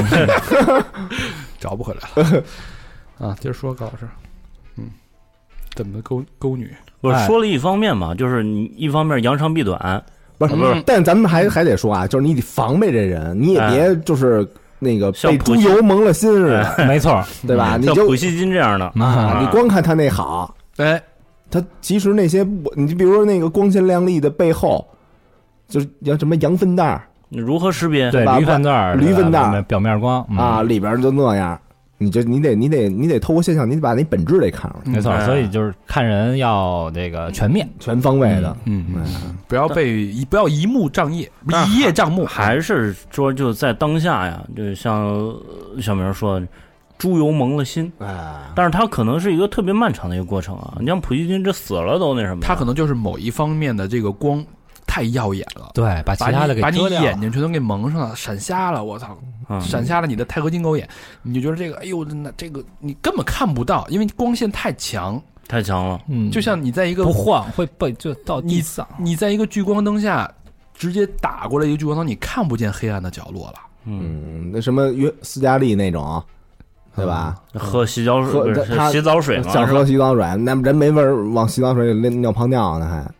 找不回来了啊！接着说，高老师， 怎么沟女？ 我说了一方面嘛，就是你一方面扬长避短， 不是，但咱们还得说啊，就是你得防备这人，你也别就是那个被猪油蒙了心似的， 没错， 对吧？你就像普希金这样的啊，你光看他那好， 哎， 他其实那些你比如说那个光鲜亮丽的背后，就是要什么羊粪蛋儿， 你如何识别？ 对，驴粪蛋儿，表面光啊，里边就那样。你得透过现象，你得把那本质得看出来。 没错，所以就是看人要这个全面、 全方位的， 不要一目障业，一叶障目。 还是说就在当下呀，就像小明说，猪油蒙了心。但是他可能是一个特别漫长的一个过程啊。你像普希金这死了都那什么， 他可能就是某一方面的这个光太耀眼了， 对，把其他的给把你眼睛全都给蒙上了，闪瞎了，我操！闪瞎了你的钛合金狗眼，你就觉得这个，哎呦，那这个你根本看不到，因为光线太强了。 就像你在一个不晃会被就到地上， 你在一个聚光灯下直接打过来一个聚光灯，你看不见黑暗的角落了。 那什么斯嘉丽那种，对吧？ 喝洗澡水，洗澡水嘛， 想喝洗澡水，那人没味儿，往洗澡水里尿泡尿呢，还。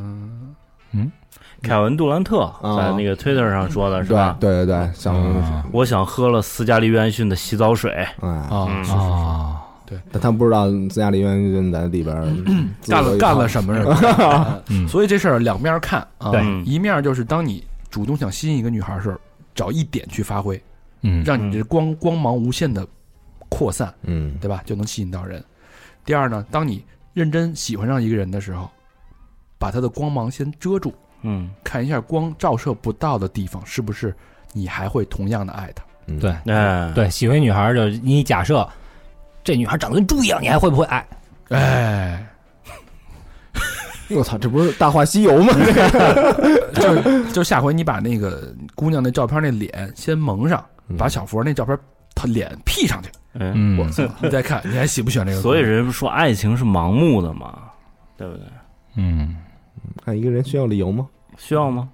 凯文·杜兰特在那个 Twitter 上说的是吧？ 对， 我想喝了斯嘉丽·约翰逊的洗澡水。 对，但他不知道斯嘉丽·约翰逊在里边干了什么人。所以这事儿两面看啊，一面就是当你主动想吸引一个女孩的时候，找一点去发挥，让你这光芒无限的扩散，对吧？就能吸引到人。第二呢，当你认真喜欢上一个人的时候，把他的光芒先遮住。看一下光照射不到的地方，是不是你还会同样的爱他？ 对，喜欢女孩就你假设这女孩长得跟猪一样，你还会不会爱？ 哎， 我操，这不是《大话西游》吗？ 就下回你把那个姑娘那照片那脸先蒙上，把小佛那照片他脸 P 上去。我操，你再看，你还喜不喜欢这个？ 所以人说爱情是盲目的嘛，对不对？ 爱一个人需要理由吗？ 需要吗？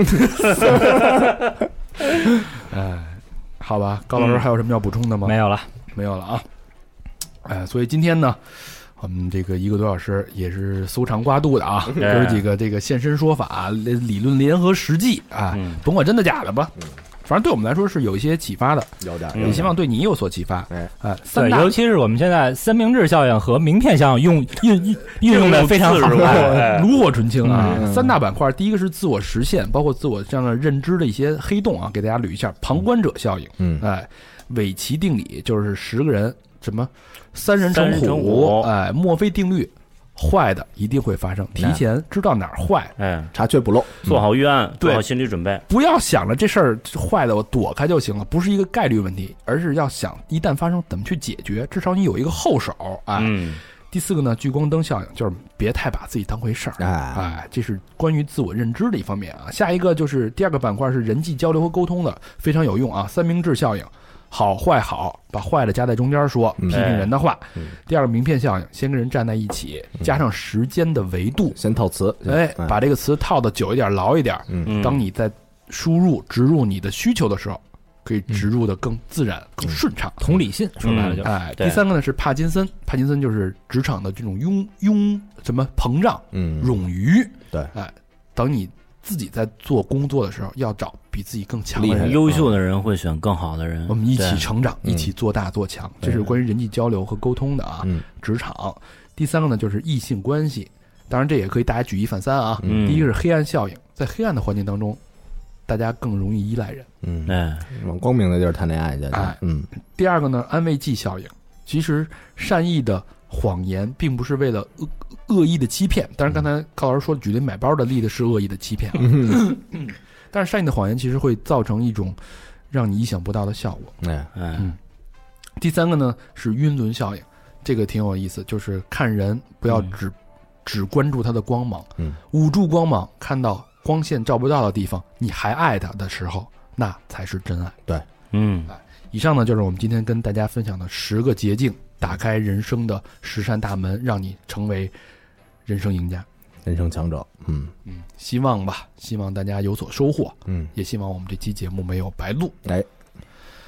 好吧，高老师还有什么要补充的吗？ 没有了啊。所以今天呢，我们这个1个多小时也是搜肠刮肚的啊，哥几个这个现身说法，理论联合实际啊，甭管真的假的吧。反正对我们来说是有一些启发的， 有点， 也希望对你有所启发。 对，尤其是我们现在三明治效应和名片效应运用的非常好， 炉火纯青啊。3大板块，第一个是自我实现，包括自我这样的认知的一些黑洞啊，给大家捋一下。旁观者效应，韦奇定理就是10个人什么3人成虎，墨菲定律。坏的一定会发生，提前知道哪儿坏， 查缺补漏， 做好预案，做好心理准备， 不要想着这事儿坏的我躲开就行了，不是一个概率问题，而是要想一旦发生怎么去解决，至少你有一个后手。第4个呢，聚光灯效应，就是别太把自己当回事儿，这是关于自我认知的一方面啊。下一个就是第2个板块是人际交流和沟通的，非常有用啊。三明治效应。好坏好，把坏的加在中间说，批评人的话。第2个名片效应，先跟人站在一起，加上时间的维度， 先套词， 把这个词套的久一点、牢一点。当你在植入你的需求的时候，可以植入的更自然、更顺畅。 同理心说白了就。 第3个呢是帕金森就是职场的这种什么膨胀、冗余。 对， 等你自己在做工作的时候，要找比自己更强的人， 优秀的人会选更好的人。 我们一起成长，一起做大做强，这是关于人际交流和沟通的啊。职场。第3个呢就是异性关系，当然这也可以大家举一反三啊。第1个是黑暗效应，在黑暗的环境当中，大家更容易依赖人。 往光明的地儿谈恋爱去。 第2个呢安慰剂效应，其实善意的谎言并不是为了恶意的欺骗，当然刚才高老师说举例买包的例子是恶意的欺骗但是善意的谎言其实会造成一种让你意想不到的效果。第3个呢是晕轮效应，这个挺有意思，就是看人不要只关注他的光芒，捂住光芒，看到光线照不到的地方，你还爱他的时候，那才是真爱。 对， 以上呢就是我们今天跟大家分享的10个捷径，打开人生的10扇大门，让你成为人生赢家、 人生强者。 希望大家有所收获。也希望我们这期节目没有白录。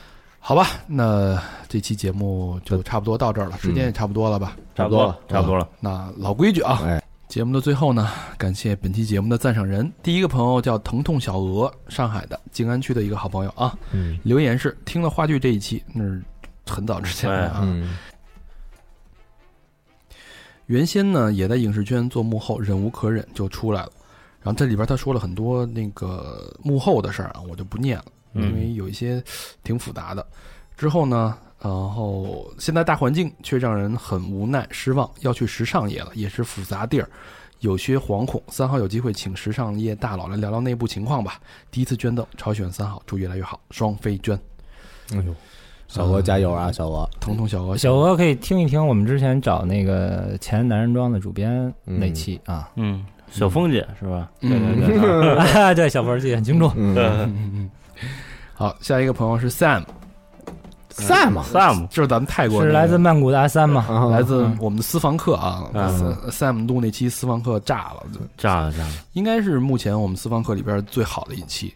好吧，那这期节目就差不多到这儿了，时间也差不多了吧？ 差不多了。 那老规矩啊，节目的最后呢，感谢本期节目的赞赏人。第一个朋友叫疼痛小鹅，上海的静安区的一个好朋友啊，留言是听了话剧这一期，那是很早之前的啊。原先呢也在影视圈做幕后，忍无可忍就出来了。然后这里边他说了很多那个幕后的事儿啊，我就不念了，因为有一些挺复杂的。之后呢，然后现在大环境却让人很无奈失望，要去时尚业了，也是复杂地儿，有些惶恐。3号有机会请时尚业大佬来聊聊内部情况吧。第一次捐赠，超选3号，祝越来越好，双飞捐。 哎呦，小鹅加油啊，小鹅， 疼痛小鹅， 小鹅可以听一听我们之前找那个前男人装的主编那期啊， 小凤姐是吧？ 对，对，小凤记很清楚。 好，下一个朋友是 Sam， 就是咱们泰国， 是来自曼谷的阿三吗？ 来自我们的私房课啊。Sam 录那期私房课炸了，应该是目前我们私房课里边最好的一期，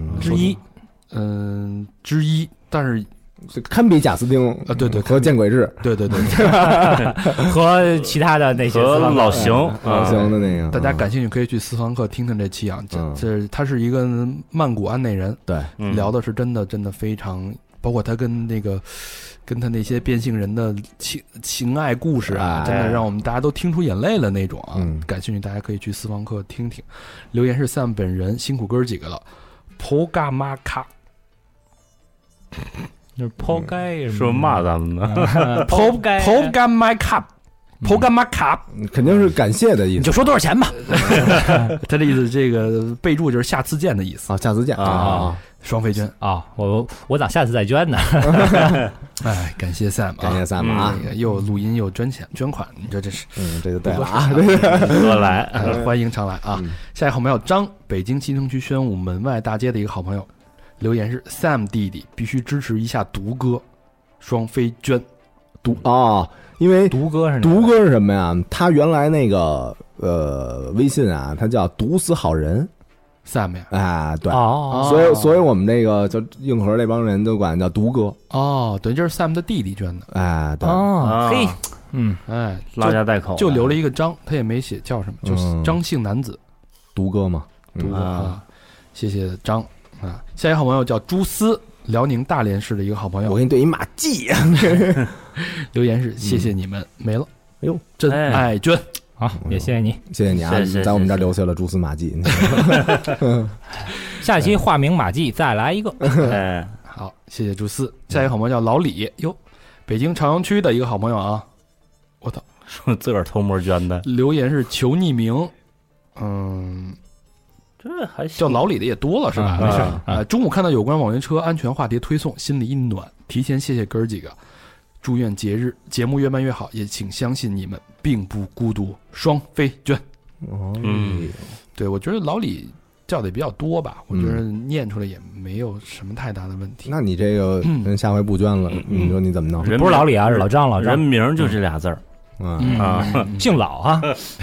之一，但是堪比贾斯汀啊，对， 和见鬼志， 对， 和其他的那些老邢的那个， 大家感兴趣可以去私房课听听这期啊。这他是一个曼谷安内人， 对， 聊的是真的非常，包括他跟他那些变性人的情爱故事啊，真的让我们大家都听出眼泪了那种啊。感兴趣大家可以去私房课听听。留言是 Sam 本人，辛苦哥几个了。婆嘎玛卡。 就是抛该是骂咱们的， 抛干 my cup， 抛干 my cup， 肯定是感谢的意思。 你就说多少钱吧。 他的意思，这个备注就是下次见的意思啊，下次见啊， 双飞捐啊，我咋下次再捐呢？ 哎，感谢 Sam， 感谢 Sam 啊， 又录音又捐款，你这是这就对了啊， 多来， 欢迎常来啊。下一个好朋友张，北京西城区宣武门外大街的一个好朋友。留言是 Sam 弟弟必须支持一下独哥，双飞捐因为独哥是什么呀？他原来那个微信啊，他叫毒死好人 Sam 呀， 哎对，所以我们这个就硬核那帮人都管叫独哥对，这是 Sam 的弟弟捐的， 哎对嘿， 哎拉家带口， 就留了一个张，他也没写叫什么，就是张姓男子， 独哥嘛， 独哥啊，谢谢张。下一个好朋友叫朱思，辽宁大连市的一个好朋友。 我给你对一马季留言是谢谢你们，没了。 哎呦， 真爱捐， 好，也谢谢你， 谢谢你啊，在我们这儿留下了蛛丝马迹。 下期化名马季，再来一个。 好，谢谢朱思。下一个好朋友叫老李，哟，北京朝阳区的一个好朋友啊。我操， 说自个儿偷摸捐的。 留言是求匿名， 这还叫老李的也多了是吧？没事中午看到有关网约车安全话题推送，心里一暖。提前谢谢哥儿几个，祝愿节目越办越好，也请相信你们并不孤独。双飞捐。对，我觉得老李叫的也比较多吧，我觉得念出来也没有什么太大的问题。 那你这个下回不捐了，你说你怎么弄？ 不是老李啊，是老张。 人名就这俩字儿姓老啊。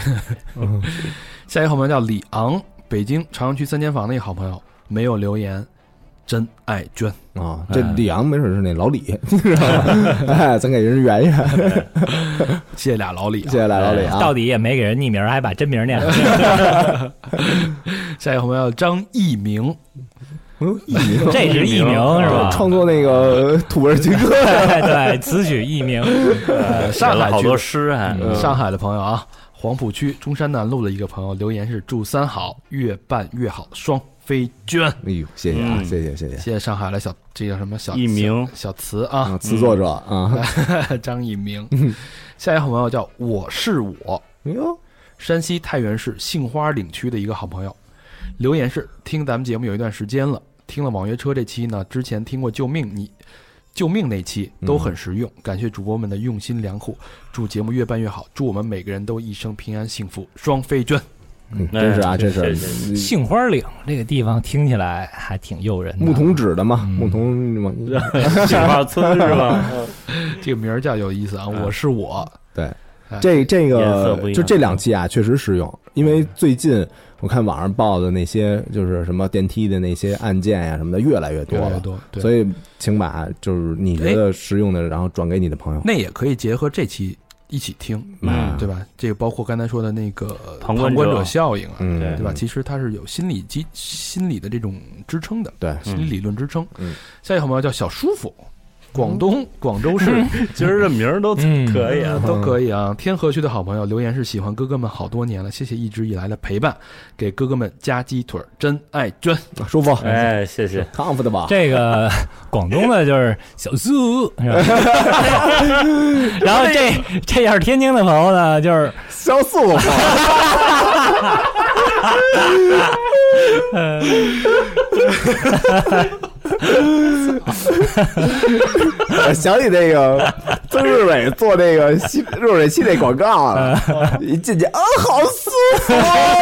下一个好朋友叫李昂。北京朝阳区3间房的一个好朋友没有留言，真爱捐啊！这李昂没准是那老李，哎，咱给人圆圆。 谢谢俩老李， 谢谢俩老李啊！ 到底也没给人匿名，还把真名念了。 下一个朋友张艺明， 这是艺名是吧？ 创作那个土味情歌， 对，词曲艺名。 上海好多诗还上海的朋友啊。黄浦区中山南路的一个朋友留言是祝3好越办越好，双飞捐。 哎呦，谢谢啊，谢谢上海的这叫什么小艺名小词啊， 词作者啊， 张艺明。下一个好朋友叫我是我， 哎呦， 山西太原市杏花岭区的一个好朋友留言是听咱们节目有一段时间了，听了网约车这期呢，之前听过救命那期都很实用，感谢主播们的用心良苦，祝节目越办越好，祝我们每个人都一生平安幸福，双飞捐。 真是啊，这是杏花岭这个地方听起来还挺诱人的， 牧童指的嘛，牧童杏花村是吧？ 这个名儿叫有意思啊，我是我， 对， 这个就这2期啊，确实实用，因为最近我看网上报的那些就是什么电梯的那些案件呀什么的越来越多了，所以请把就是你觉得实用的，然后转给你的朋友。 那也可以结合这期一起听，对吧？这个包括刚才说的那个旁观者效应啊，对吧？其实它是有心理的这种支撑的， 对， 心理理论支撑。下一个好朋友叫小舒服。广州市， 其实这名儿都可以啊， 都可以啊。天河区的好朋友留言是喜欢哥哥们好多年了，谢谢一直以来的陪伴，给哥哥们加鸡腿，真爱娟， 舒服， 哎，谢谢 ，comfortable。 这个广东的就是小苏，是吧？然后这要是天津的朋友呢，就是小苏。想起那个曾志伟做那个热水器那广告了，一进去好舒服。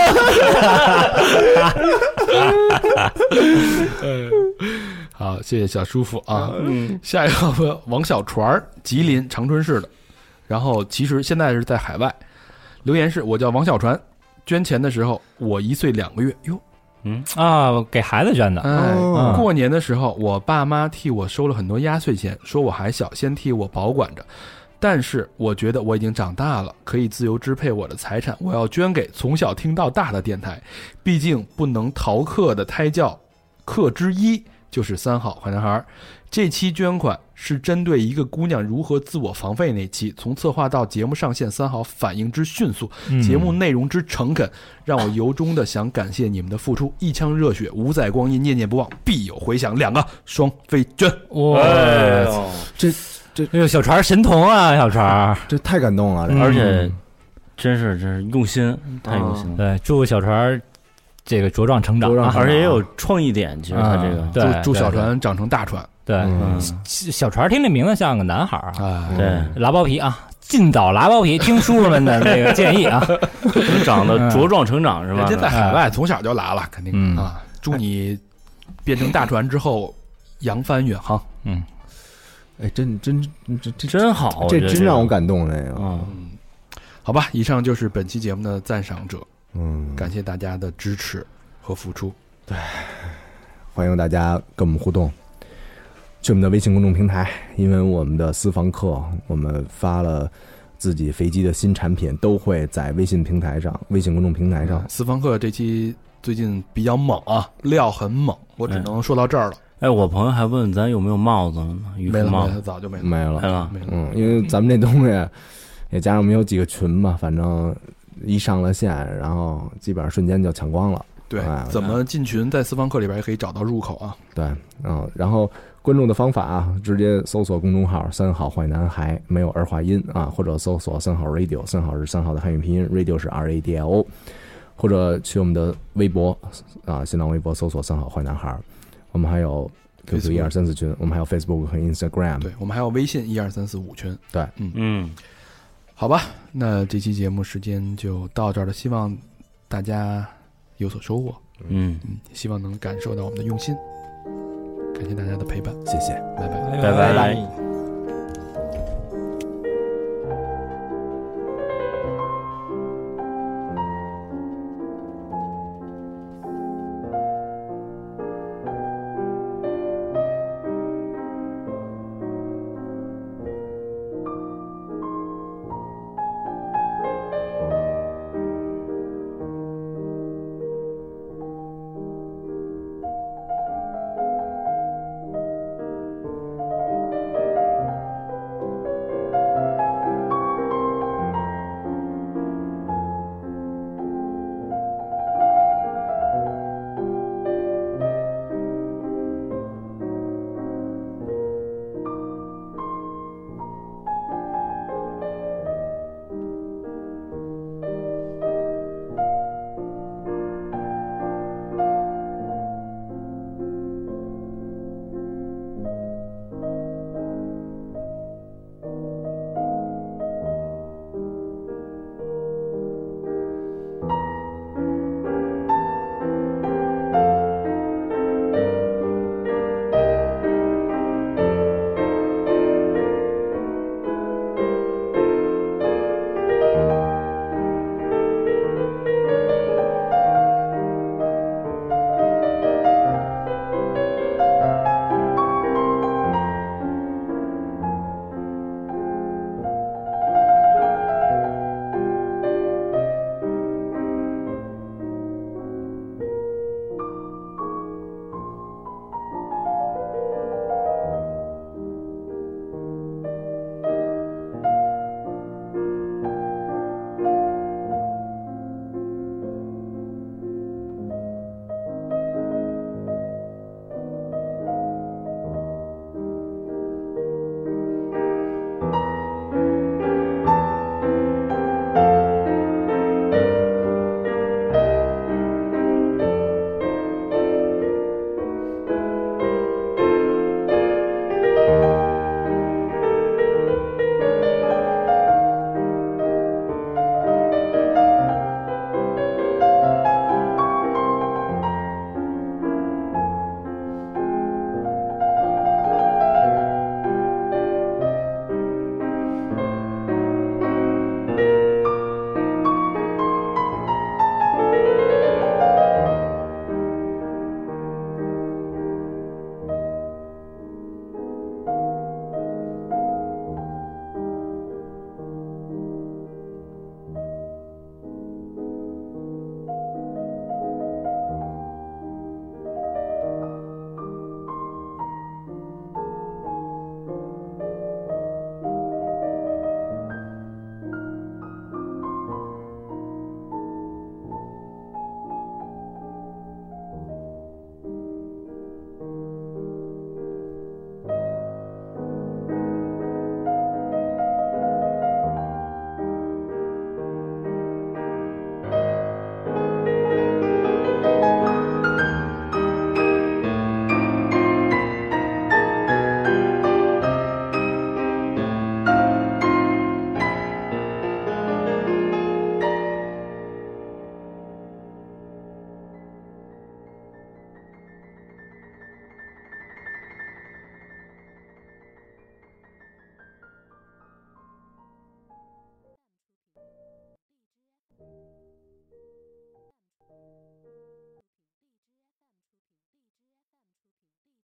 好，谢谢小舒服啊。下一个王小船，吉林长春市的，然后其实现在是在海外。留言是：我叫王小船，捐钱的时候我1岁2个月。哟。 给孩子捐的。 过年的时候，我爸妈替我收了很多压岁钱，说我还小，先替我保管着。但是我觉得我已经长大了，可以自由支配我的财产，我要捐给从小听到大的电台。毕竟不能逃课的胎教课之一就是3好坏男孩。这期捐款是针对一个姑娘如何自我防备那期，从策划到节目上线，3好反应之迅速，节目内容之诚恳，让我由衷的想感谢你们的付出，一腔热血，5载光阴，念念不忘，必有回响。2个双飞捐， 哇，这小船神童啊，小船， 这太感动了， 而且真是用心，太用心了。 对，祝小船这个茁壮成长， 而且也有创意点。其实他这个，祝小船长成大船。 对，小船听这名字像个男孩啊，对， 拉包皮啊，尽早拉包皮，听叔叔们的这个建议啊， 长得茁壮成长是吧？ 人家在海外从小就拉了，肯定啊。祝你变成大船之后扬帆远航。 哎，真好， 这真让我感动这个。 好吧，以上就是本期节目的赞赏者。感谢大家的支持和付出。 对，欢迎大家跟我们互动，去我们的微信公众平台，因为我们的私房课，我们发了自己飞机的新产品，都会在微信平台上、微信公众平台上。 私房课这期最近比较猛啊，料很猛，我只能说到这儿了。 我朋友还问咱有没有帽子呢？渔夫帽子早就没了。因为咱们这东西也加上我们有几个群嘛，反正一上了线，然后基本上瞬间就抢光了。 对，怎么进群？在私房课里边也可以找到入口啊。 对，然后关注的方法啊，直接搜索公众号3好坏男孩，没有儿化音啊，或者搜索3好 radio， 3好是3好的汉语拼音 ，radio 是 RADIO， 或者去我们的微博啊，新浪微博搜索3好坏男孩。我们还有 QQ 1234群，我们还有 Facebook 和 Instagram， 对，我们还有微信12345群。 对， 好吧，那这期节目时间就到这儿了，希望大家有所收获。希望能感受到我们的用心，感谢大家的陪伴， 谢谢， 拜拜， 拜拜。